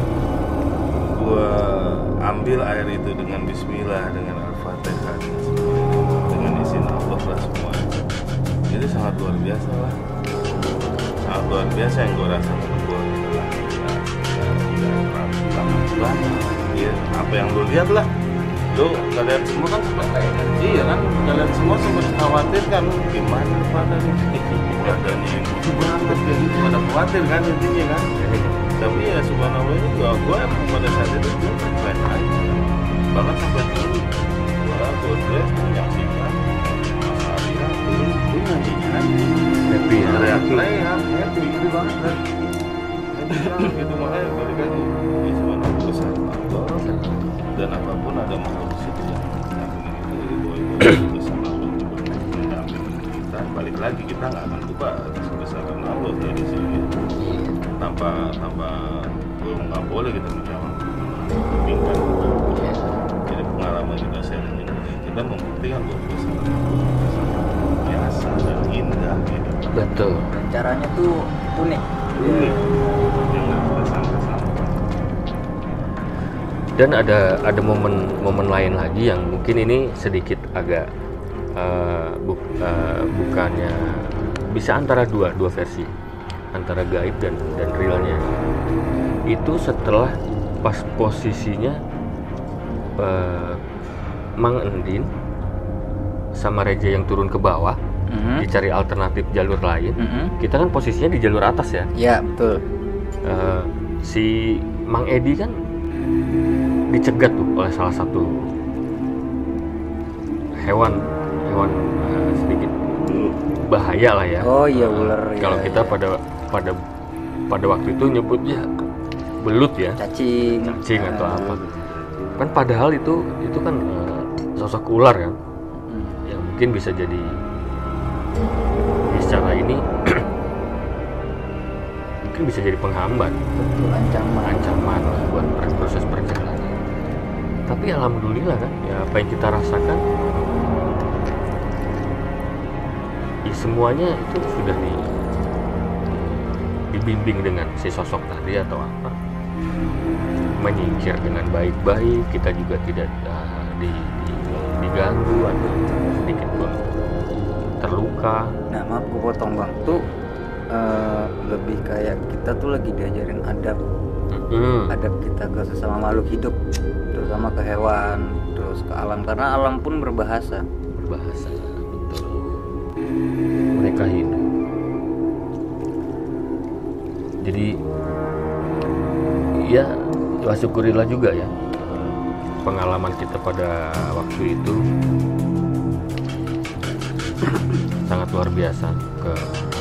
Gue ambil air itu dengan Bismillah, dengan Al-Fatihah, dengan semuanya, dengan izin Allah lah semua. Itu sangat luar biasa lah, sangat luar biasa yang gue rasa untuk gue adalah ya, ya, ya, lama ya, apa yang lo lihat lah. Lo kalian semua kan sempat iya kan, kalian semua sempat khawatir kan gimana pada nih badannya yang lucu banget kayak gitu, pada khawatir kan intinya kan. Tapi ya subhanallah ini gua, gua emang pada saat itu gua fine aja, bahkan sampai dulu gua gua dress menyaksikan Mas Arya turun gua nyanyi nyanyi Happy ya. teriak-teriak happy gitu banget kan, happy banget gitu. Makanya balik lagi ya subhanallah besar Allah, dan apapun ada makhluk di situ ya. Nah, begitu itu itu besar Allah itu mendampingi kita. Balik lagi kita nggak akan lupa atas kebesaran Allah dari sini. Tanpa tanpa nggak boleh kita menjawab membingkan kita. Jadi pengalaman kita sharing ini kita membuktikan bahwa kebesaran Allah sangat biasa dan indah gitu. Betul. Dan caranya tuh unik. Ini yang nggak kita sangka-sangka. Dan ada ada momen-momen lain lagi yang mungkin ini sedikit agak uh, bu, uh, bukannya bisa antara dua dua versi, antara gaib dan dan realnya. Itu setelah pas posisinya uh, Mang Endin sama Reja yang turun ke bawah, Mhm. dicari alternatif jalur lain. Mhm. Kita kan posisinya di jalur atas ya. Ya betul. Uh, si Mang Edi kan dicegat tuh oleh salah satu hewan hewan uh, sedikit bahaya lah ya. Oh iya Uh, ular. Kalau ya, kita ya. pada pada pada waktu itu nyebutnya belut ya, cacing. cacing atau Ah, apa. Kan padahal itu itu kan uh, sosok ular kan, hmm. yang mungkin bisa jadi ya secara ini mungkin bisa jadi penghambat, Betul, ancaman. ancaman buat proses perjalanan. Tapi alhamdulillah kan, ya apa yang kita rasakan, ya semuanya itu sudah di, dibimbing dengan si sosok tadi atau apa, menyingkir dengan baik-baik. Kita juga tidak uh, di, di, diganggu atau sedikit pun terluka. Nah maaf gue potong bang, tuh eh, lebih kayak kita tuh lagi diajarin adab, Hmm. adab kita ke sesama makhluk hidup, terutama ke hewan, terus ke alam, karena alam pun berbahasa. Berbahasa, betul. Mereka hidup. Jadi ya, ya syukurilah juga ya, pengalaman kita pada waktu itu sangat luar biasa ke,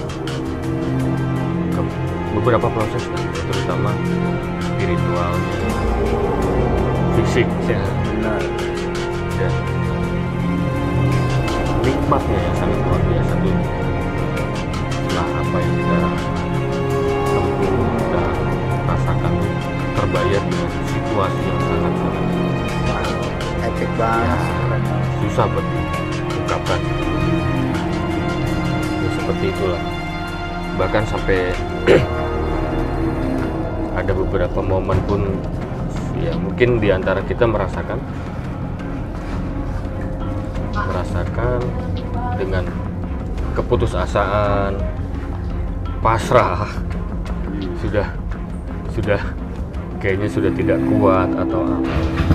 ke beberapa proses kan, terutama spiritualnya, fisiknya, Benar. dan nikmatnya yang sangat luar biasa tuh. Setelah apa yang kita tempuh, kita rasakan tuh terbayar dengan situasi yang sangat-sangat Epic banget. keren banget. susah buat diungkapkan. Ya, seperti itulah. Bahkan sampai ada beberapa momen pun ya mungkin diantara kita merasakan merasakan dengan keputusasaan, pasrah, sudah sudah kayaknya sudah tidak kuat atau apa.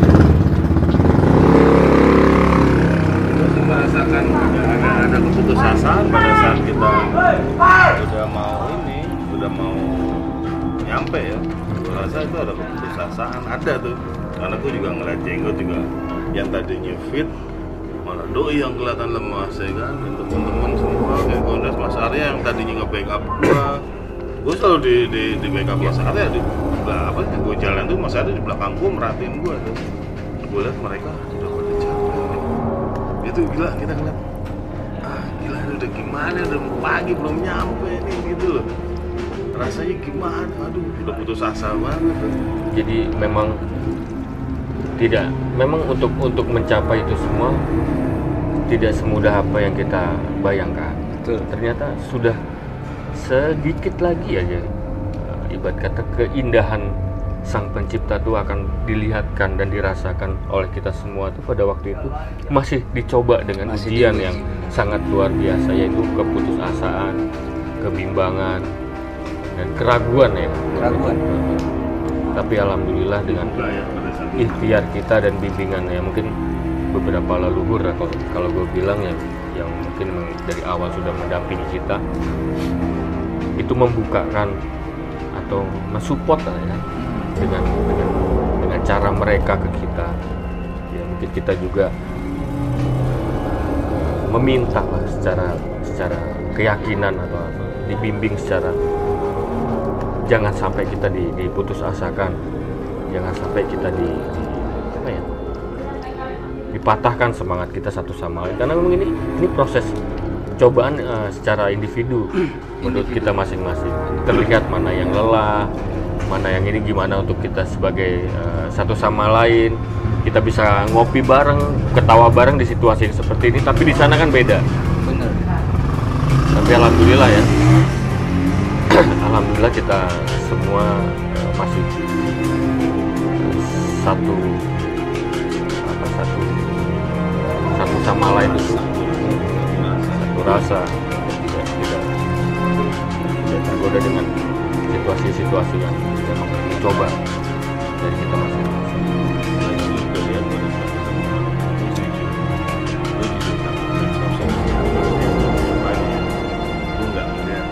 Merasakan ada, ada, ada keputusasaan pada saat kita sudah mau ini, sudah mau nyampe ya. Gue rasa itu ada keputusasaan, ada tuh. Karena gue juga ngeliat Jenggot juga yang tadinya fit, malah doi yang kelihatan lemas ya kan. Dan teman-teman semua kayak Gondres, Mas Arya yang tadinya nge-backup gue, gue selalu di di, di backup Mas Arya di belah apa? Gue jalan tuh Mas Arya di belakang gue merhatiin gue tuh. Gue lihat mereka udah pada capek. Itu gila, kita ngeliat, ah gila ini udah gimana, udah pagi belum nyampe nih gitu loh. Rasanya gimana, aduh udah putus asa banget tuh. Jadi memang tidak, memang untuk untuk mencapai itu semua tidak semudah apa yang kita bayangkan. Betul. Ternyata sudah sedikit lagi aja, ibarat kata keindahan Sang Pencipta itu akan dilihatkan dan dirasakan oleh kita semua tuh pada waktu itu masih dicoba dengan Masih ujian diuji. yang sangat luar biasa, yaitu keputusasaan, kebimbangan, dan keraguan ya. Keraguan. Tapi alhamdulillah dengan Kayak pada saat itu. ikhtiar kita dan bimbingan ya, mungkin beberapa leluhur ya, kalau, kalau gue bilang ya, yang mungkin dari awal sudah mendampingi kita, itu membukakan atau mensupport lah ya, dengan dengan dengan cara mereka ke kita ya. Mungkin kita juga meminta lah secara secara keyakinan atau apa, dibimbing secara jangan sampai kita di, diputus asakan, jangan sampai kita di, di apa ya, dipatahkan semangat kita satu sama lain, karena memang ini ini proses cobaan uh, secara individu menurut kita masing-masing. Terlihat mana yang lelah, mana yang ini, gimana untuk kita sebagai uh, satu sama lain. Kita bisa ngopi bareng, ketawa bareng di situasi yang seperti ini, tapi di sana kan beda. Bener. Tapi alhamdulillah ya, alhamdulillah kita semua uh, masih uh, satu apa satu satu sama lain itu satu rasa, tidak tidak tidak tergoda dengan situasi-situasi yang memang mencoba dari kita masing-masing. Kalian pada saat kita mengalami posisi itu, gue jujur sama sosok banyak, gue nggak ngeliat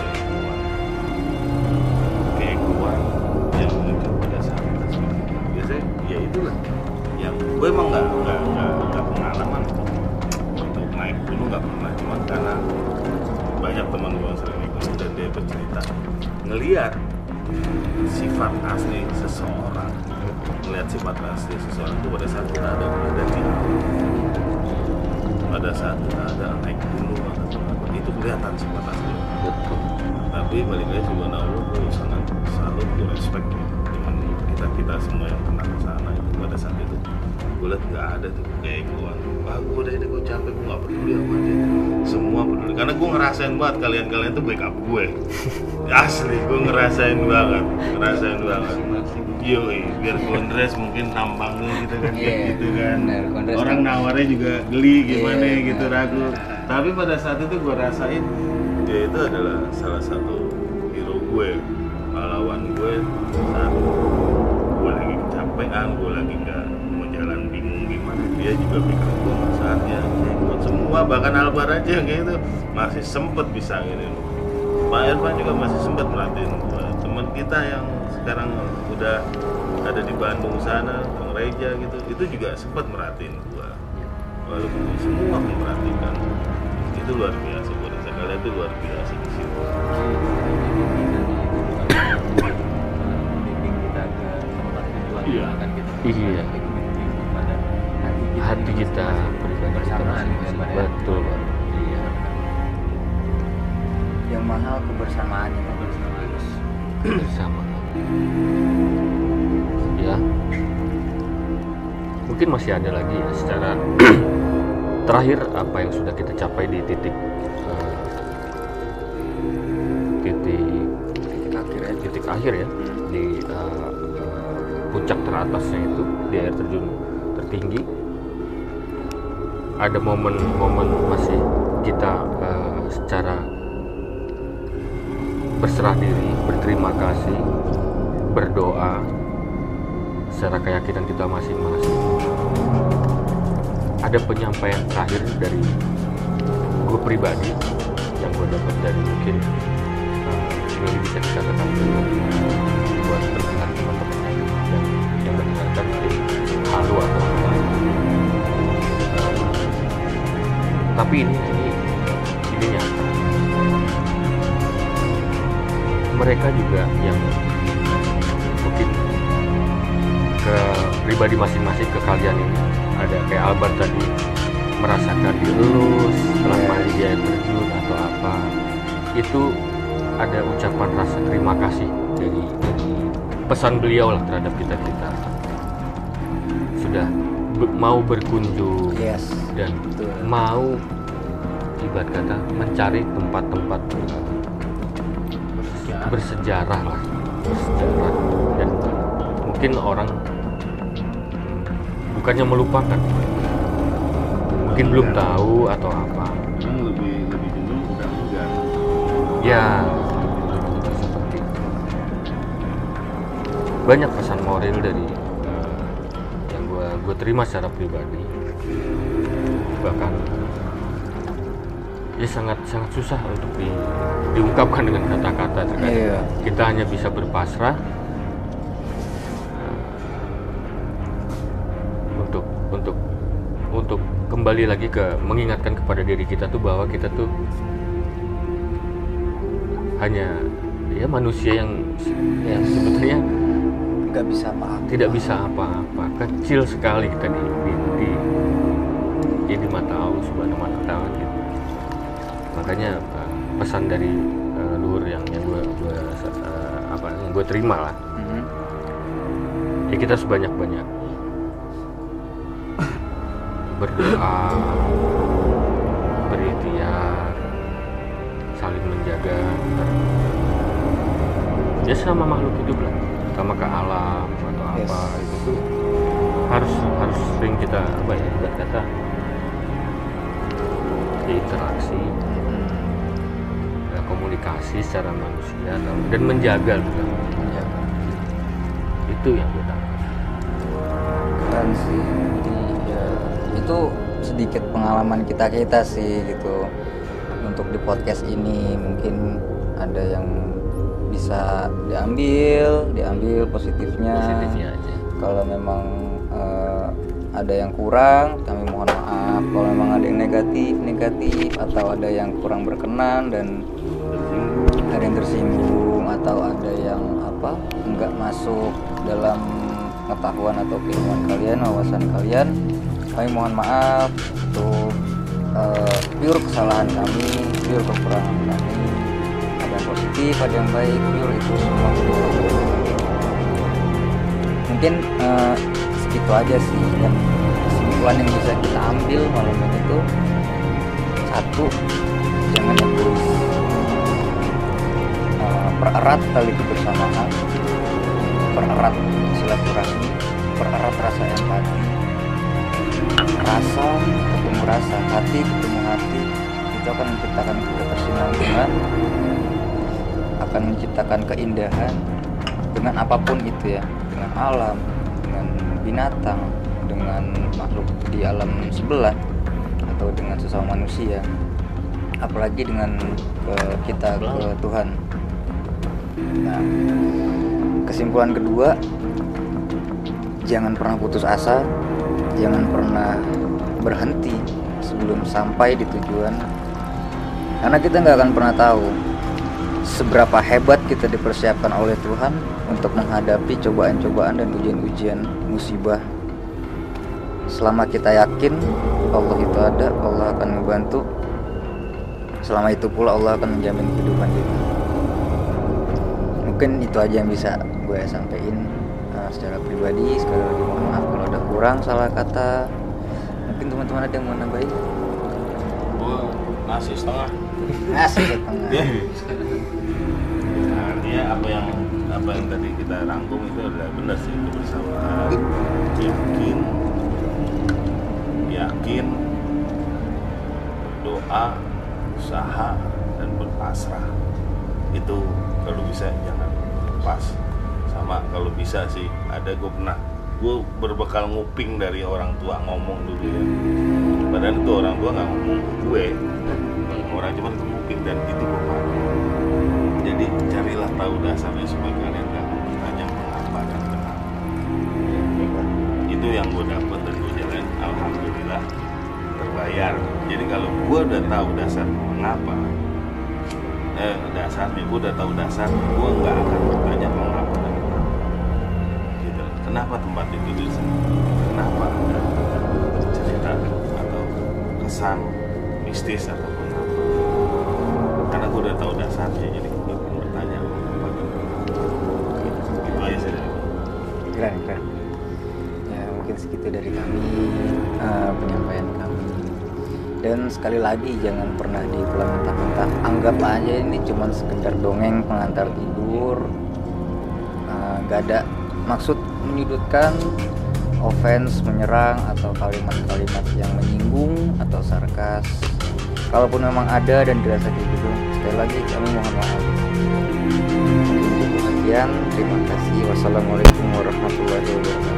kayak gue yang muncul pada saat kita seperti itu. Biasanya ya itulah yang gue emang nggak nggak nggak nggak pengalaman untuk untuk naik gunung, nggak pernah, cuma karena banyak teman gue yang sering naik gunung dan dia bercerita ngelihat sifat asli seseorang, melihat sifat asli seseorang itu pada saat kita ada berada di alam, pada saat kita ada naik gunung atau apa, itu kelihatan sifat asli. Betul. Tapi balik lagi subhanallah, gue sangat salut, gue respect dengan kita kita semua yang pernah ke sana itu. Pada saat itu gue lihat nggak ada tuh kayak gue, ah gue udah ini gue capek, gue nggak peduli sama dia. Semua peduli karena gue ngerasain banget kalian-kalian tuh backup gue. Asli gue ngerasain banget, ngerasain banget. Yoi, biar Gondres mungkin tampangnya gitu kan, kayak Iya, gitu kan. bener, Gondres Orang kan- nawarnya juga geli gimana Iya, gitu, bener. ragu. Tapi pada saat itu gue rasain dia itu adalah salah satu hero gue, pahlawan gue saat gue lagi kecapean, gue lagi nggak mau jalan bingung gimana, dia juga pikir gue saatnya buat semua, bahkan Albar aja kayak gitu masih sempet bisa gini. Pak Irfan juga masih sempet merhatiin gue, teman kita yang sekarang udah ada di Bandung sana, Bang Reja gitu, itu juga sempet merhatiin gue, walaupun semua memperhatikan. Itu luar biasa, gue rasa kalian itu luar biasa di situ. Bimbing kita ke tempat tujuan, Iya. akan kita Iya. bimbing kepada hati kita, Hati kita pribadi kita bersamaan masing-masing. daripada Betul. iya Yang mahal kebersamaannya, Pak. Bersama ya, mungkin masih ada lagi ya secara terakhir apa yang sudah kita capai di titik eh, titik Titik akhir ya. titik akhir ya, di eh, puncak teratasnya itu, di air terjun tertinggi. Ada momen-momen masih kita eh, secara berserah diri, berterima kasih, berdoa secara keyakinan kita masing-masing. Ada penyampaian terakhir dari gue pribadi yang gue dapat dari mungkin uh, ini bisa dikatakan buat pendengar teman-teman yang, yang mendengarkan mungkin halu atau apa. Uh, tapi ini ini ini nyata. Mereka juga yang mungkin ke pribadi masing-masing, ke kalian ini ada kayak Albert tadi merasakan dielus selama dia terjun atau apa, itu ada ucapan rasa terima kasih dari, dari pesan beliau lah terhadap kita kita sudah be- mau berkunjung Yes. dan Betul. mau ibarat kata mencari tempat-tempat bersejarah lah, bersejarah, dan mungkin orang bukannya melupakan, mungkin belum tahu atau apa. Kan lebih lebih dulu udah enggak. Ya, seperti itu. Banyak pesan moral dari uh, yang gue gue terima secara pribadi. Bahkan ya sangat sangat susah untuk di, diungkapkan dengan kata-kata. Terkadang Iya. kita hanya bisa berpasrah uh, untuk untuk untuk kembali lagi ke mengingatkan kepada diri kita tuh bahwa kita tuh hanya ya manusia yang yang sebetulnya Nggak bisa apa-apa. tidak bisa apa-apa, kecil sekali kita di di, di, ya di mata Allah Subhanahu wa Ta'ala gitu. Makanya uh, pesan dari uh, luhur yang yang gue gue uh, apa yang gue terima lah, Mhm. ya kita sebanyak-banyak berdoa, berikhtiar, saling menjaga, ya sama makhluk hidup lah, sama ke alam atau Yes. apa itu tuh harus harus sering kita apa ya ibarat kata ya, interaksi, Mhm. ya, komunikasi secara manusia dan menjaga juga. Menjaga. Itu yang gue tangkap. Keren sih. Jadi ya itu sedikit pengalaman kita kita sih gitu untuk di podcast ini. Mungkin ada yang bisa diambil diambil positifnya. Positifnya aja. Kalau memang eh, ada yang kurang, kami mohon maaf. Kalau memang ada yang negatif negatif atau ada yang kurang berkenan dan ada yang tersinggung atau ada yang apa nggak masuk dalam pengetahuan atau keilmuan kalian, wawasan kalian, kami mohon maaf. Itu uh, pure kesalahan kami, pure kekurangan kami. Ada yang positif, ada yang baik, pure itu semua. Mungkin uh, segitu aja sih. Dan kesimpulan yang bisa kita ambil malam ini itu satu, jangan egois. Uh, pererat tali kebersamaan, pererat silaturahmi, pererat rasa empati, rasa ketemu rasa, hati ketemu hati, itu akan menciptakan kebersinambungan, akan menciptakan keindahan dengan apapun itu ya, dengan alam, dengan binatang, dengan makhluk di alam sebelah atau dengan sesama manusia, apalagi dengan ke kita ke Tuhan. Nah, kesimpulan kedua, jangan pernah putus asa, jangan pernah berhenti sebelum sampai di tujuan, karena kita nggak akan pernah tahu seberapa hebat kita dipersiapkan oleh Tuhan untuk menghadapi cobaan-cobaan dan ujian-ujian musibah. Selama kita yakin Allah itu ada, Allah akan membantu. Selama itu pula Allah akan menjamin kehidupan kita. Mungkin itu aja yang bisa gue sampaikan uh, secara pribadi. Sekali lagi mohon maaf kalau ada kurang salah kata. Mungkin teman-teman ada yang mau nambahin? Gue nasi setengah. Nasi setengah. Nah, artinya apa yang apa yang tadi kita rangkum itu adalah benar sih, kebersamaan, yakin, yakin, berdoa, usaha, dan berpasrah. itu kalau bisa jangan lepas. Sama kalau bisa sih ada gue pernah gue berbekal nguping dari orang tua ngomong dulu ya, padahal itu orang tua nggak ngomong ke gue, orang cuma nguping dan itu gue pakai. Jadi carilah tahu dasarnya supaya kalian nggak bertanya mengapa dan kenapa. Itu yang gue dapat dan gue jalan, alhamdulillah terbayar. Jadi kalau gue udah tahu dasar mengapa, eh dasarnya gue udah tahu dasar, gue nggak akan bertanya mengapa dan kenapa. Gitu. Kenapa tempat itu di sini? Kenapa ada cerita atau kesan mistis ataupun apa? Karena gue udah tahu dasarnya, jadi gue nggak perlu bertanya mengapa dan kenapa. Gitu aja sih dari gue. Keren, keren. Ya mungkin segitu dari kami, uh, penyampaian kami. Dan sekali lagi jangan pernah diulang mentah-mentah. Anggap aja ini cuma sekedar dongeng pengantar tidur. Uh, gak ada maksud menyudutkan, offense, menyerang, atau kalimat-kalimat yang menyinggung atau sarkas. Kalaupun memang ada dan dirasa kayak gitu, sekali lagi kami mohon maaf. Mungkin cukup sekian. Terima kasih. Wassalamualaikum warahmatullahi wabarakatuh.